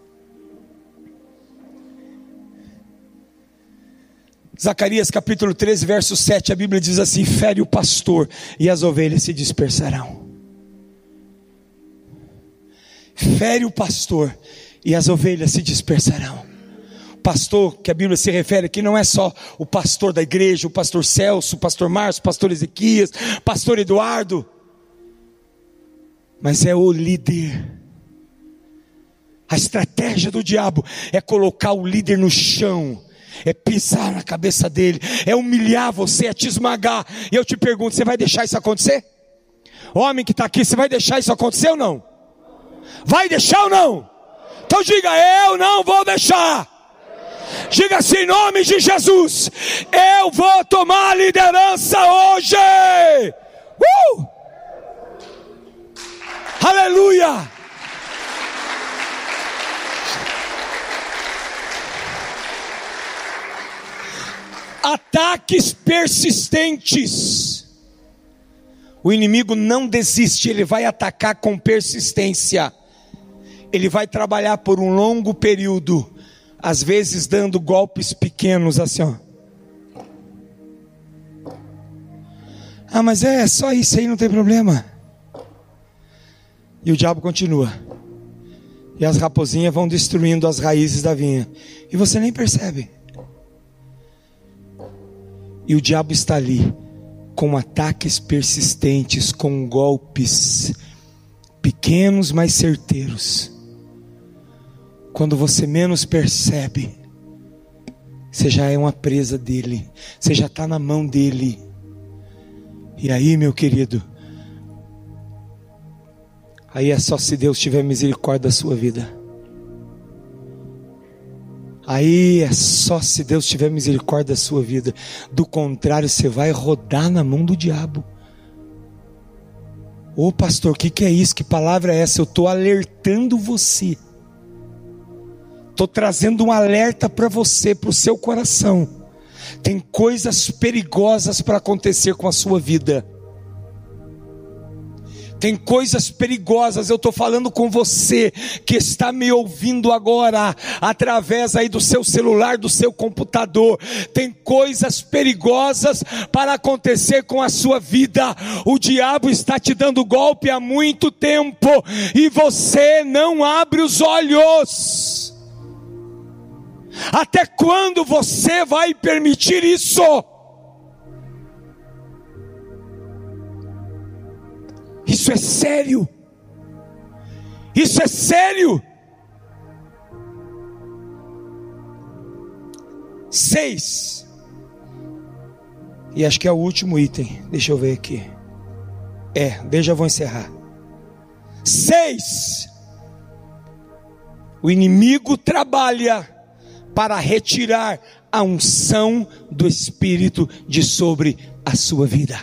Zacarias capítulo 13, verso 7, a Bíblia diz assim: fere o pastor e as ovelhas se dispersarão. Fere o pastor e as ovelhas se dispersarão. Pastor que a Bíblia se refere aqui não é só o pastor da igreja, o pastor Celso, o pastor Márcio, o pastor Ezequias, o pastor Eduardo, mas é o líder. A estratégia do diabo é colocar o líder no chão, é pisar na cabeça dele, é humilhar você, é te esmagar. E eu te pergunto, você vai deixar isso acontecer? Homem que está aqui, você vai deixar isso acontecer ou não? Vai deixar ou não? Então diga: eu não vou deixar. Diga assim, em nome de Jesus, eu vou tomar a liderança hoje. Aleluia. Ataques persistentes. O inimigo não desiste, ele vai atacar com persistência. Ele vai trabalhar por um longo período, às vezes dando golpes pequenos assim, ó. Ah, mas é só isso aí, não tem problema. E o diabo continua. E as raposinhas vão destruindo as raízes da vinha. E você nem percebe. E o diabo está ali, com ataques persistentes, com golpes pequenos, mas certeiros. Quando você menos percebe, você já é uma presa dele, você já está na mão dele. E aí, meu querido, aí é só se Deus tiver misericórdia da sua vida. Aí é só se Deus tiver misericórdia da sua vida. Do contrário, você vai rodar na mão do diabo. Ô pastor, o que é isso? Que palavra é essa? Eu estou alertando você. Estou trazendo um alerta para você, para o seu coração. Tem coisas perigosas para acontecer com a sua vida. Tem coisas perigosas, eu estou falando com você que está me ouvindo agora, através aí do seu celular, do seu computador. Tem coisas perigosas para acontecer com a sua vida. O diabo está te dando golpe há muito tempo, e você não abre os olhos. Até quando você vai permitir isso? Isso é sério. Isso é sério. 6. E acho que é o último item. Deixa eu ver aqui. Já vou encerrar. 6. O inimigo trabalha para retirar a unção do Espírito de sobre a sua vida.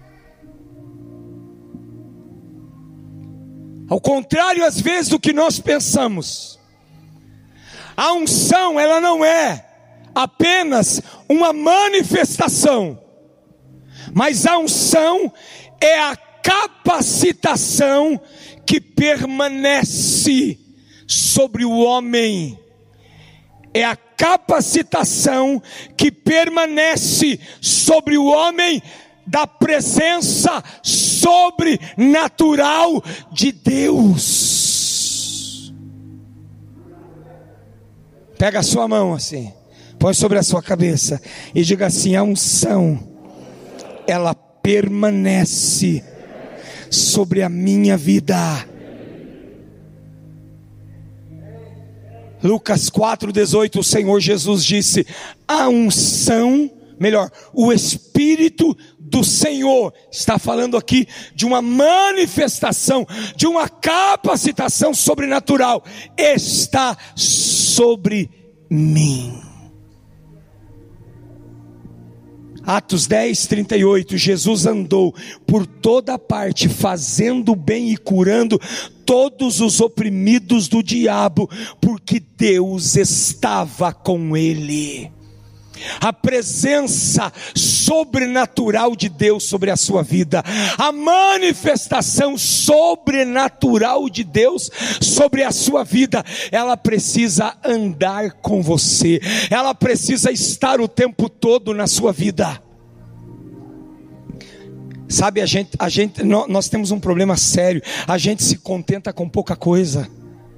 Ao contrário, às vezes, do que nós pensamos, a unção, ela não é apenas uma manifestação, mas a unção é a capacitação que permanece sobre o homem. É a capacitação que permanece sobre o homem da presença sobrenatural de Deus. Pega a sua mão assim, põe sobre a sua cabeça e diga assim: a unção, ela permanece sobre a minha vida. Lucas 4:18, o Senhor Jesus disse: a unção, o Espírito do Senhor, está falando aqui de uma manifestação, de uma capacitação sobrenatural, está sobre mim. Atos 10:38, Jesus andou por toda parte, fazendo bem e curando todos os oprimidos do diabo, porque Deus estava com ele. A presença sobrenatural de Deus sobre a sua vida, a manifestação sobrenatural de Deus sobre a sua vida, ela precisa andar com você, ela precisa estar o tempo todo na sua vida. Sabe, nós temos um problema sério, a gente se contenta com pouca coisa.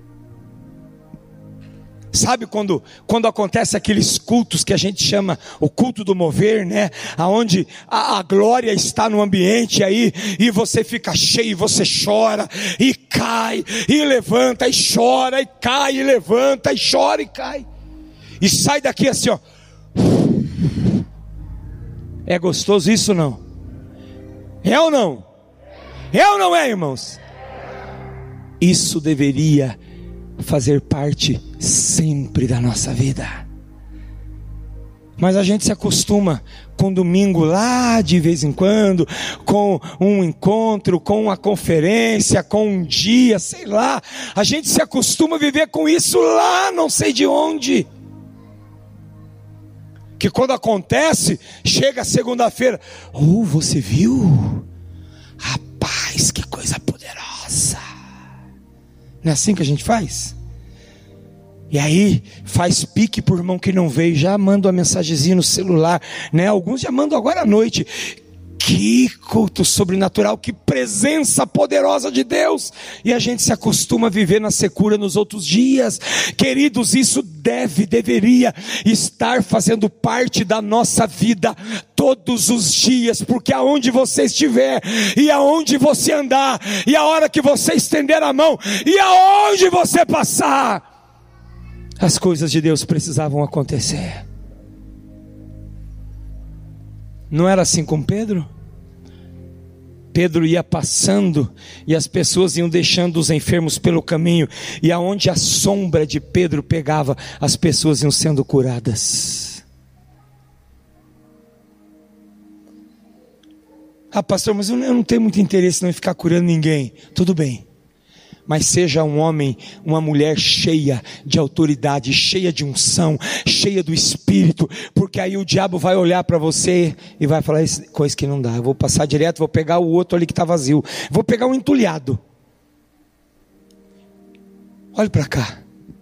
Sabe quando acontece aqueles cultos que a gente chama o culto do mover, né? Aonde a glória está no ambiente aí, e você fica cheio, e você chora, e cai, e levanta, e chora, e cai, e levanta, e chora, e cai. E sai daqui assim, ó. É gostoso isso, não? É ou não? É ou não é, irmãos? Isso deveria fazer parte sempre da nossa vida. Mas a gente se acostuma com domingo lá de vez em quando, com um encontro, com uma conferência, com um dia, sei lá. A gente se acostuma a viver com isso lá, não sei de onde. Que quando acontece, chega segunda-feira, você viu? Rapaz, que coisa poderosa. Não é assim que a gente faz? E aí faz pique por irmão que não veio, já manda uma mensagenzinha no celular, né? Alguns já mandam agora à noite. Que culto sobrenatural, que presença poderosa de Deus. E a gente se acostuma a viver na secura nos outros dias. Queridos, isso deveria estar fazendo parte da nossa vida todos os dias, porque aonde você estiver, e aonde você andar, e a hora que você estender a mão, e aonde você passar, as coisas de Deus precisavam acontecer. Não era assim com Pedro? Pedro ia passando e as pessoas iam deixando os enfermos pelo caminho, e aonde a sombra de Pedro pegava, as pessoas iam sendo curadas. Pastor, mas eu não tenho muito interesse em ficar curando ninguém. Tudo bem, mas seja um homem, uma mulher cheia de autoridade, cheia de unção, cheia do Espírito, porque aí o diabo vai olhar para você e vai falar: coisa que não dá, eu vou passar direto, vou pegar o outro ali que está vazio, vou pegar um entulhado. Olhe para cá.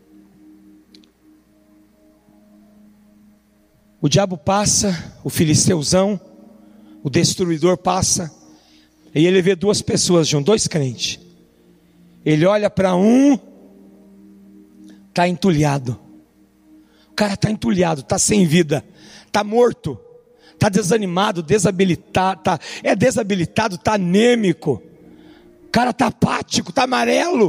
O diabo passa, o filisteuzão, o destruidor passa, e ele vê duas pessoas juntas, dois crentes. Ele olha para um, está entulhado. O cara está entulhado, está sem vida, está morto, está desanimado, desabilitado, está anêmico. O cara está apático, está amarelo.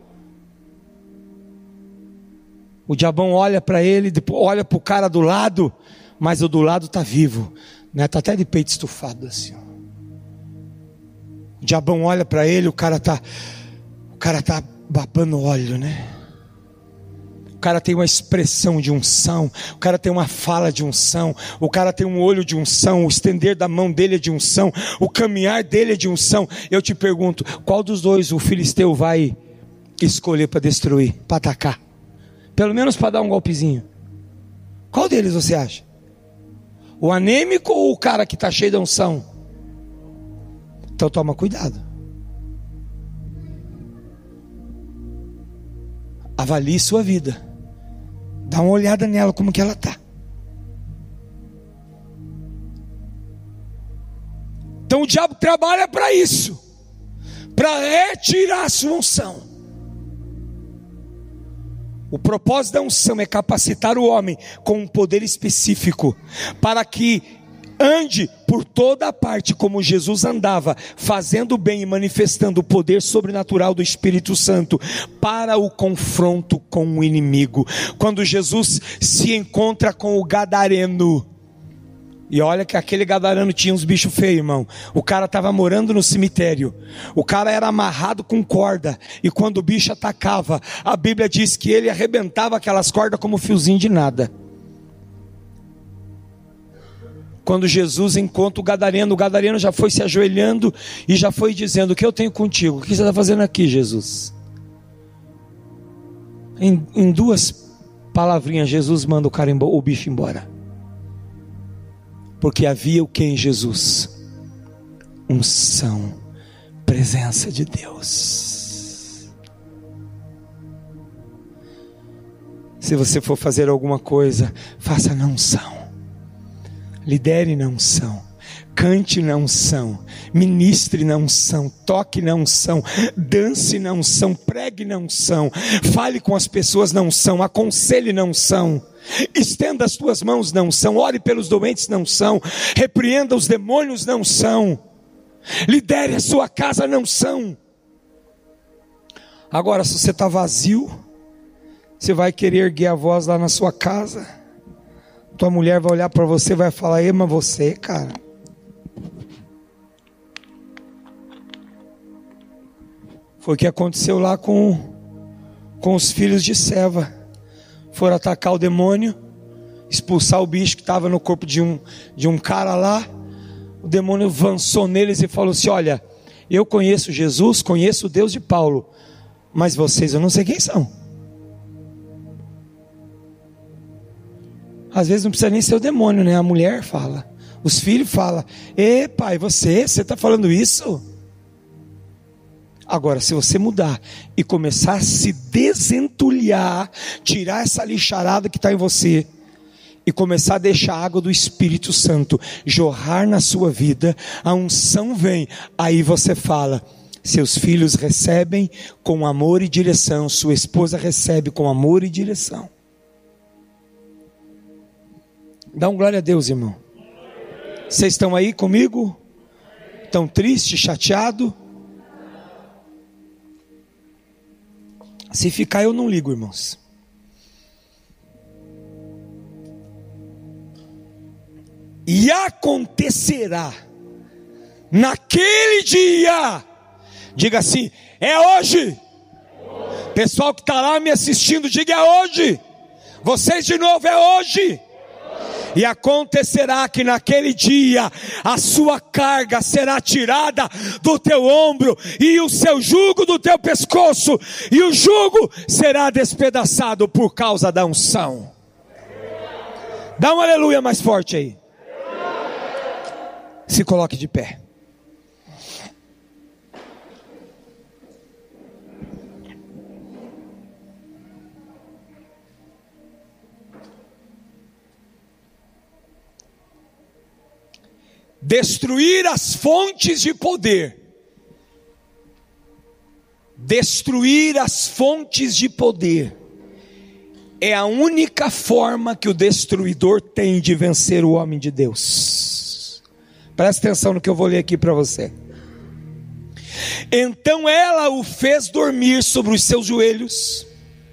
O diabão olha para ele, depois olha para o cara do lado, mas o do lado está vivo, né? Está até de peito estufado assim. O diabão olha para ele, o cara tá babando óleo, né? O cara tem uma expressão de unção, o cara tem uma fala de unção, o cara tem um olho de unção, o estender da mão dele é de unção, o caminhar dele é de unção. Eu te pergunto, qual dos dois o filisteu vai escolher para destruir, para atacar? Pelo menos para dar um golpezinho. Qual deles você acha? O anêmico ou o cara que está cheio de unção? Então toma cuidado. Avalie sua vida. Dá uma olhada nela, como que ela está. Então o diabo trabalha para isso, para retirar a sua unção. O propósito da unção é capacitar o homem com um poder específico, para que ande por toda a parte como Jesus andava, fazendo bem e manifestando o poder sobrenatural do Espírito Santo para o confronto com o inimigo. Quando Jesus se encontra com o gadareno, e olha que aquele gadareno tinha uns bichos feios, irmão. O cara estava morando no cemitério, o cara era amarrado com corda, e quando o bicho atacava, a Bíblia diz que ele arrebentava aquelas cordas como fiozinho de nada. Quando Jesus encontra o gadareno já foi se ajoelhando e já foi dizendo: o que eu tenho contigo? O que você está fazendo aqui, Jesus? Em duas palavrinhas, Jesus manda o bicho embora. Porque havia o que em Jesus? Unção, presença de Deus. Se você for fazer alguma coisa, faça na unção. Lidere na unção, cante na unção, ministre na unção, toque na unção, dance na unção, pregue na unção, fale com as pessoas na unção, aconselhe na unção, estenda as tuas mãos na unção, ore pelos doentes na unção, repreenda os demônios na unção, lidere a sua casa na unção. Agora, se você está vazio, você vai querer erguer a voz lá na sua casa, tua mulher vai olhar para você e vai falar: ei, mas você, cara, foi o que aconteceu lá com os filhos de Seva. Foram atacar o demônio, expulsar o bicho que estava no corpo de um cara lá. O demônio avançou neles e falou assim: olha, eu conheço Jesus, conheço o Deus de Paulo, mas vocês eu não sei quem são. Às vezes não precisa nem ser o demônio, né? A mulher fala, os filhos falam: ei, pai, você está falando isso? Agora, se você mudar e começar a se desentulhar, tirar essa lixarada que está em você, e começar a deixar a água do Espírito Santo jorrar na sua vida, a unção vem, aí você fala: seus filhos recebem com amor e direção, sua esposa recebe com amor e direção. Dá um glória a Deus, irmão. Vocês estão aí comigo? Estão tristes, chateados? Se ficar, eu não ligo, irmãos. E acontecerá naquele dia, diga assim: é hoje. Pessoal que está lá me assistindo, diga: é hoje. Vocês de novo: é hoje. E acontecerá que naquele dia a sua carga será tirada do teu ombro e o seu jugo do teu pescoço, e o jugo será despedaçado por causa da unção. Dá um aleluia mais forte aí. Se coloque de pé. Destruir as fontes de poder. Destruir as fontes de poder é a única forma que o destruidor tem de vencer o homem de Deus. Presta atenção no que eu vou ler aqui para você. Então ela o fez dormir sobre os seus joelhos,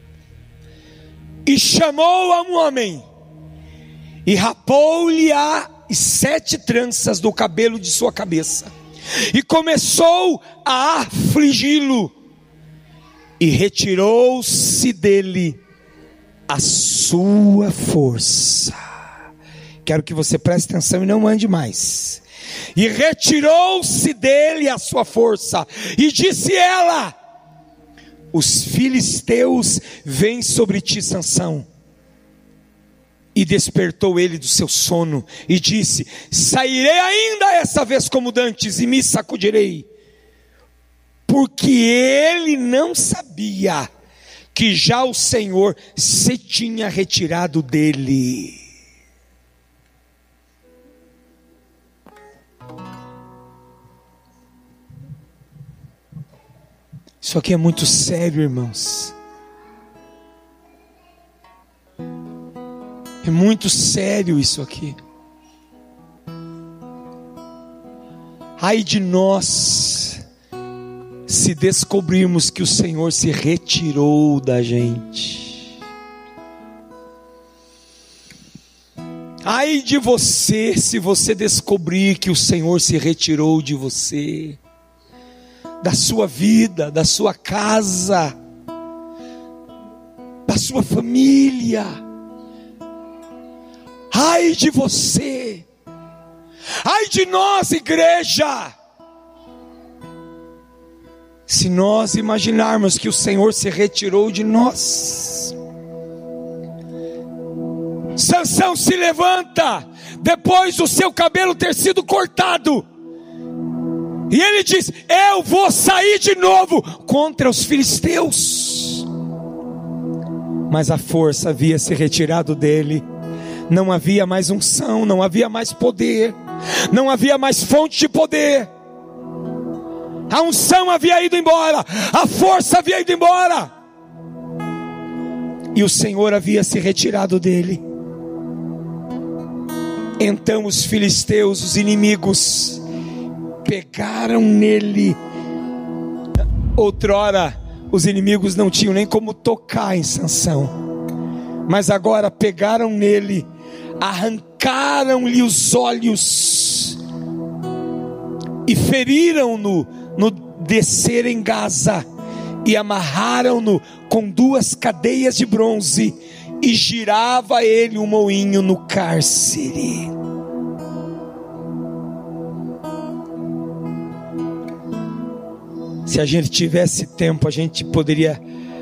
e chamou a um homem, e rapou-lhe as 7 tranças do cabelo de sua cabeça, e começou a afligi-lo, e retirou-se dele a sua força. Quero que você preste atenção e não ande mais. E retirou-se dele a sua força, e disse ela: os filisteus vêm sobre ti, Sansão. E despertou ele do seu sono, e disse: sairei ainda esta vez como dantes, e me sacudirei. Porque ele não sabia que já o Senhor se tinha retirado dele. Isso aqui é muito sério, irmãos. É muito sério isso aqui. Ai de nós, se descobrirmos que o Senhor se retirou da gente. Ai de você, se você descobrir que o Senhor se retirou de você, da sua vida, da sua casa, da sua família. Ai de você, ai de nós, igreja, se nós imaginarmos que o Senhor se retirou de nós. Sansão se levanta, depois do seu cabelo ter sido cortado, e ele diz: eu vou sair de novo contra os filisteus. Mas a força havia se retirado dele. Não havia mais unção, não havia mais poder, não havia mais fonte de poder. A unção havia ido embora, a força havia ido embora, e o Senhor havia se retirado dele. Então os filisteus, os inimigos, pegaram nele. Outrora os inimigos não tinham nem como tocar em Sansão, mas agora pegaram nele, arrancaram-lhe os olhos e feriram-no no descer em Gaza, e amarraram-no com 2 cadeias de bronze, e girava ele um moinho no cárcere. Se a gente tivesse tempo, a gente poderia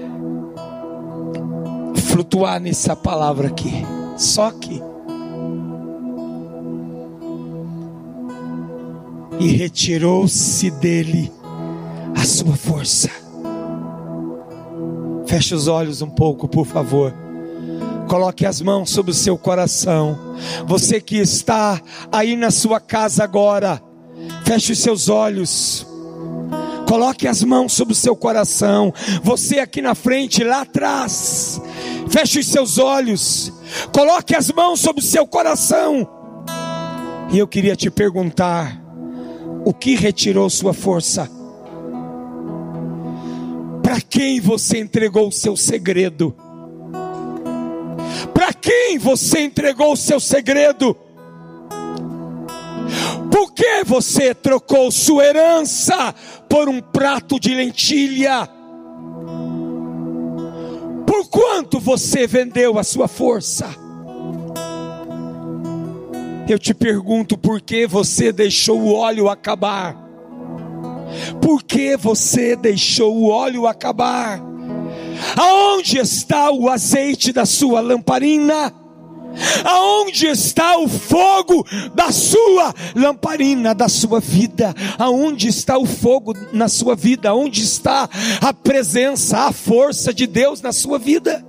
flutuar nessa palavra aqui, só aqui. E retirou-se dele a sua força. Feche os olhos um pouco, por favor. Coloque as mãos sobre o seu coração. Você que está aí na sua casa agora, feche os seus olhos. Coloque as mãos sobre o seu coração. Você aqui na frente, lá atrás, feche os seus olhos. Coloque as mãos sobre o seu coração. E eu queria te perguntar: o que retirou sua força? Para quem você entregou o seu segredo? Para quem você entregou o seu segredo? Por que você trocou sua herança por um prato de lentilha? Por quanto você vendeu a sua força? Eu te pergunto, por que você deixou o óleo acabar? Por que você deixou o óleo acabar? Aonde está o azeite da sua lamparina? Aonde está o fogo da sua lamparina, da sua vida? Aonde está o fogo na sua vida? Aonde está a presença, a força de Deus na sua vida?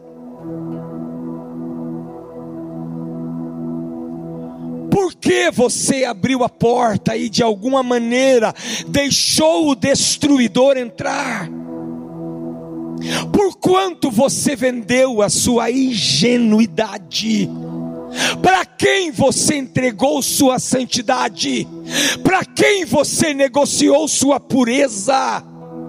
Por que você abriu a porta e de alguma maneira deixou o destruidor entrar? Por quanto você vendeu a sua ingenuidade? Para quem você entregou sua santidade? Para quem você negociou sua pureza?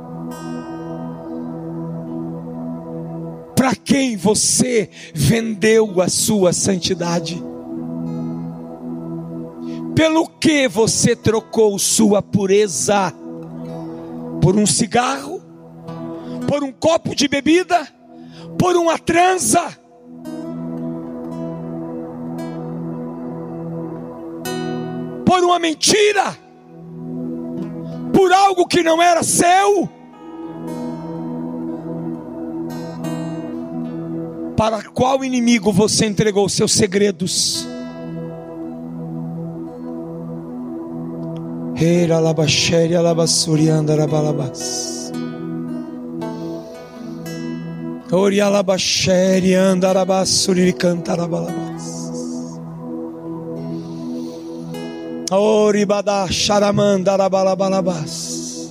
Para quem você vendeu a sua santidade? Pelo que você trocou sua pureza? Por um cigarro? Por um copo de bebida? Por uma transa? Por uma mentira? Por algo que não era seu? Para qual inimigo você entregou seus segredos? Era labaxéria labassurianda rabalabas. Oria labaxéria andarabassuri cantarabalabas. Oribada charamanda rabalabalabas.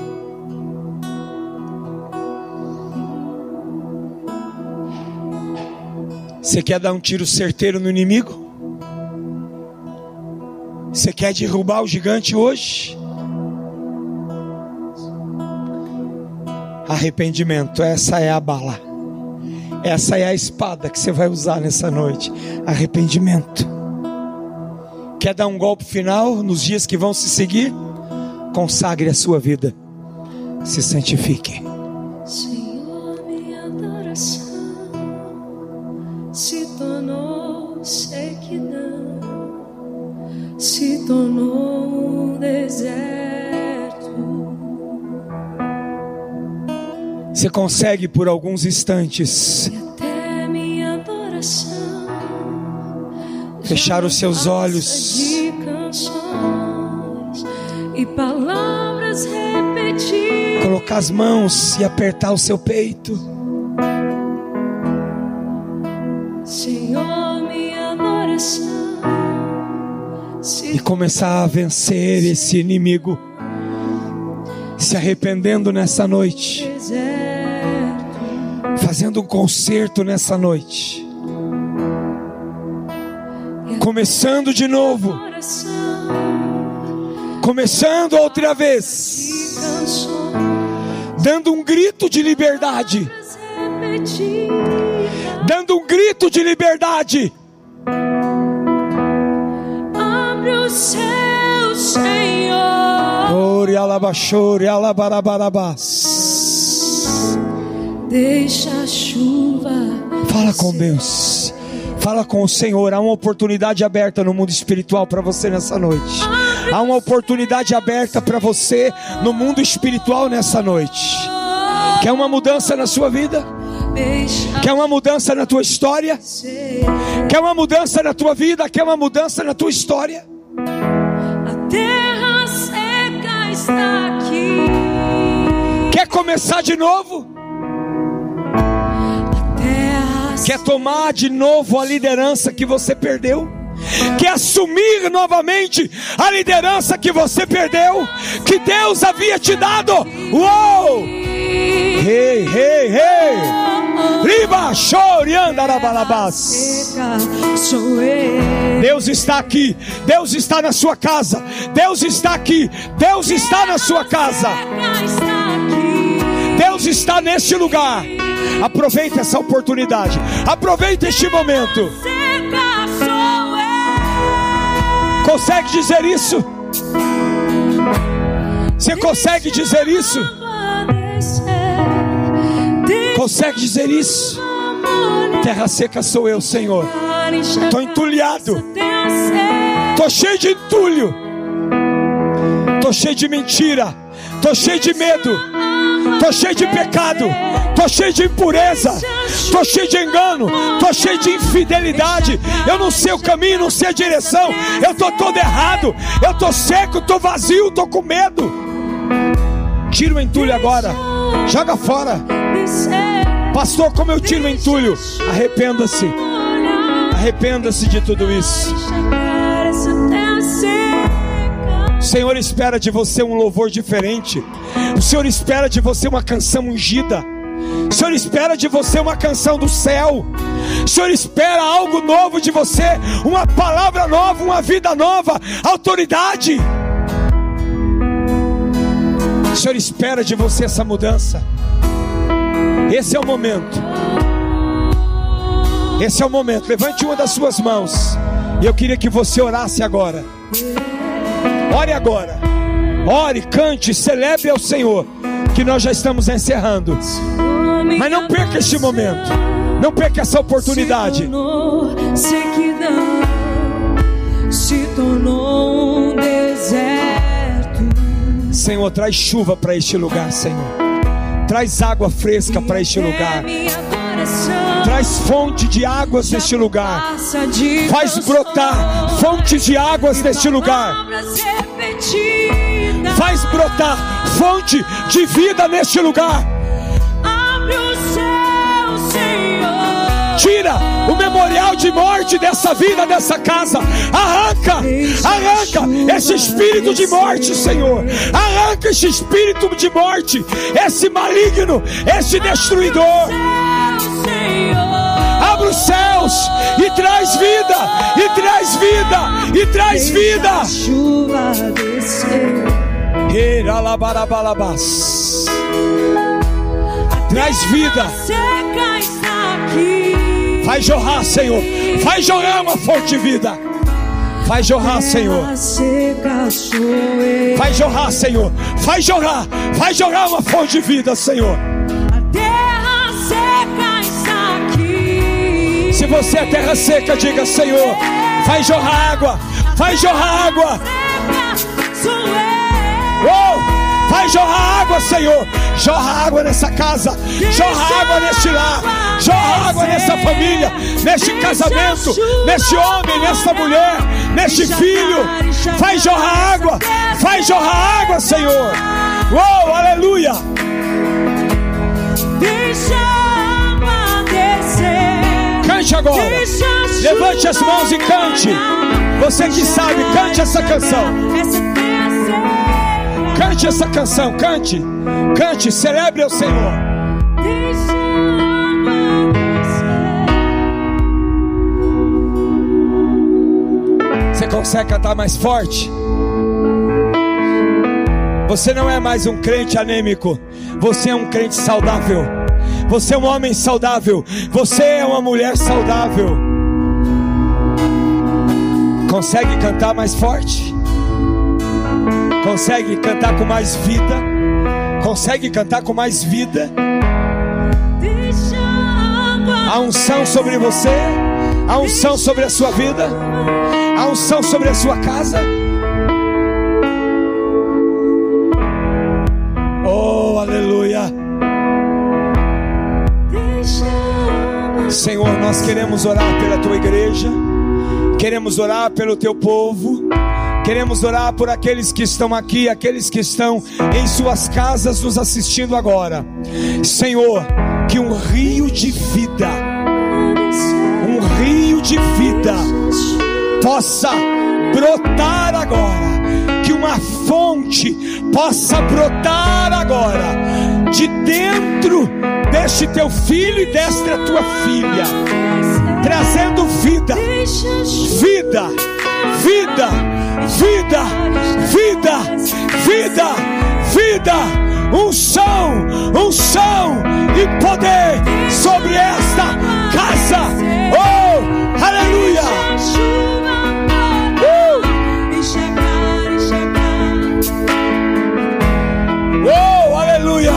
Você quer dar um tiro certeiro no inimigo? Você quer derrubar o gigante hoje? Arrependimento, essa é a bala. Essa é a espada que você vai usar nessa noite. Arrependimento. Quer dar um golpe final nos dias que vão se seguir? Consagre a sua vida. Se santifique. Senhor, minha adoração se tornou sequidão, se tornou um deserto. Você consegue por alguns instantes E até minha adoração fechar os seus olhos de canções e palavras repetidas, colocar as mãos e apertar o seu peito Senhor, minha adoração e começar a vencer esse inimigo, se arrependendo nessa noite, fazendo um concerto nessa noite, começando de novo, começando outra vez, dando um grito de liberdade, dando um grito de liberdade. Abre o céu, Senhor. Ore alabachore alabarabarabás. Deixa a chuva. Fala com Deus. Fala com o Senhor. Há uma oportunidade aberta no mundo espiritual para você nessa noite. Há uma oportunidade aberta para você no mundo espiritual nessa noite. Quer uma mudança na sua vida? Quer uma mudança na tua história? Quer uma mudança na tua vida? Quer uma mudança na tua história? A terra seca está aqui. Quer começar de novo? A terra Quer tomar de novo a liderança que você perdeu? Quer assumir novamente a liderança que você perdeu, que Deus havia te dado? Uou! Hey, hey, hey! Riba, chorianda, rabalabás. sou eu. Deus está aqui, Deus está na sua casa, Deus está aqui, Deus está na sua casa, Deus está neste lugar. Aproveita essa oportunidade, aproveita este momento. Consegue dizer isso? Você consegue dizer isso? Consegue dizer isso? Terra seca sou eu, Senhor. Estou entulhado, estou cheio de entulho, estou cheio de mentira, estou cheio de medo, estou cheio de pecado, estou cheio de impureza, estou cheio de engano, estou cheio de infidelidade. Eu não sei o caminho, não sei a direção, eu estou todo errado, eu estou seco, estou vazio, estou com medo. Tira o entulho agora, joga fora. Pastor, como eu tiro o entulho? Arrependa-se, arrependa-se de tudo isso. O Senhor espera de você um louvor diferente. O Senhor espera de você uma canção ungida. O Senhor espera de você uma canção do céu. O Senhor espera algo novo de você, uma palavra nova, uma vida nova, autoridade. O Senhor espera de você essa mudança. Esse é o momento. Esse é o momento. Levante uma das suas mãos. E eu queria que você orasse agora. Ore agora. Ore, cante, celebre ao Senhor, que nós já estamos encerrando. Mas não perca este momento. Não perca essa oportunidade. Se tornou um deserto. Senhor, traz chuva para este lugar, Senhor. Traz água fresca para este lugar. Traz fonte de águas neste lugar. Faz brotar fontes de águas neste lugar. Faz brotar fonte de vida neste lugar. Tira o memorial de morte dessa vida, dessa casa. Arranca esse espírito de morte, Senhor. Arranca esse espírito de morte, esse maligno, esse destruidor. Abre os céus e traz vida, e traz vida, e traz vida. Traz vida. Faz jorrar, Senhor. Faz jorrar uma fonte de vida. Faz jorrar, Senhor. Faz jorrar, Senhor. Faz jorrar. Faz jorrar uma fonte de vida, Senhor. Se você é terra seca, diga: Senhor, faz jorrar água. Faz jorrar água. Oh, faz jorrar água, Senhor. Jorra água nessa casa. Jorra água neste lar. Jorra água nessa família, neste casamento, neste homem, nesta mulher, neste filho. Faz jorrar água. Faz jorrar água, Senhor. Oh, aleluia. Cante agora. Levante as mãos e cante. Você que sabe, cante essa canção. Cante essa canção, cante. Cante, celebre ao Senhor. Você consegue cantar mais forte? Você não é mais um crente anêmico. Você é um crente saudável. Você é um homem saudável. Você é uma mulher saudável. Consegue cantar mais forte? Consegue cantar com mais vida? Consegue cantar com mais vida? A unção sobre você, a unção sobre a sua vida, a unção sobre a sua casa. Oh, aleluia. Senhor, nós queremos orar pela tua igreja, queremos orar pelo teu povo, queremos orar por aqueles que estão aqui, aqueles que estão em suas casas nos assistindo agora. Senhor, que um rio de vida possa brotar agora, que uma fonte possa brotar agora, de dentro deste teu filho e desta tua filha, trazendo vida, vida, vida, vida, vida, vida, vida, unção e poder sobre esta casa. Oh, aleluia. Oh, aleluia.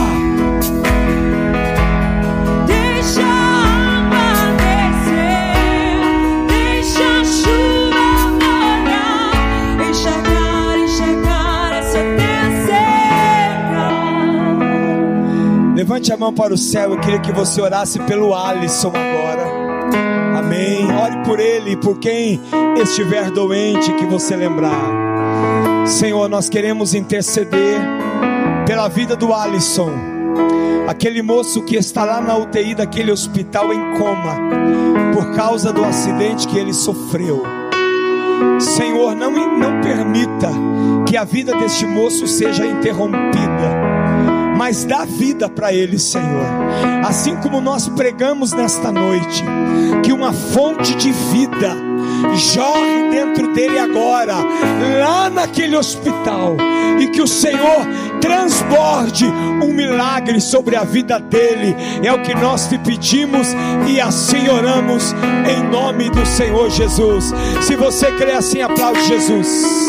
Deixa a água descer, deixa a chuva molhar, enxergar essa terra seca. Levante a mão para o céu. Eu queria que você orasse pelo Alisson agora. Amém. Ore por ele e por quem estiver doente, que você lembrar. Senhor, nós queremos interceder pela vida do Alisson, aquele moço que está lá na UTI daquele hospital em coma, por causa do acidente que ele sofreu. Senhor, não permita que a vida deste moço seja interrompida. mas dá vida para ele, Senhor. Assim como nós pregamos nesta noite, que uma fonte de vida jorre dentro dele agora, lá naquele hospital, e que o Senhor transborde um milagre sobre a vida dele. É o que nós te pedimos e assim oramos em nome do Senhor Jesus. Se você crê assim, aplaude Jesus.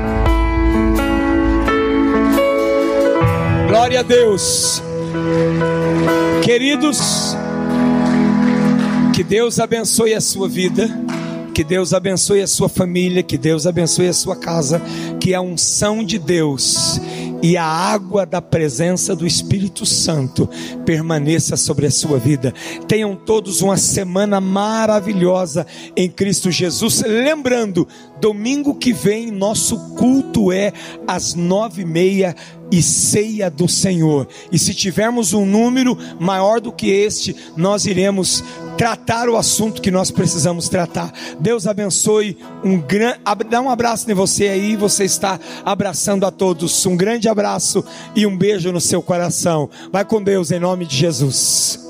Glória a Deus. Queridos, que Deus abençoe a sua vida, que Deus abençoe a sua família, que Deus abençoe a sua casa, que a unção de Deus e a água da presença do Espírito Santo permaneça sobre a sua vida. Tenham todos uma semana maravilhosa em Cristo Jesus. Lembrando, domingo que vem nosso culto é às 9h30 e ceia do Senhor. E se tivermos um número maior do que este, nós iremos tratar o assunto que nós precisamos tratar. Deus abençoe. Dá um abraço em você aí. Você está abraçando a todos. Um grande abraço e um beijo no seu coração. Vai com Deus em nome de Jesus.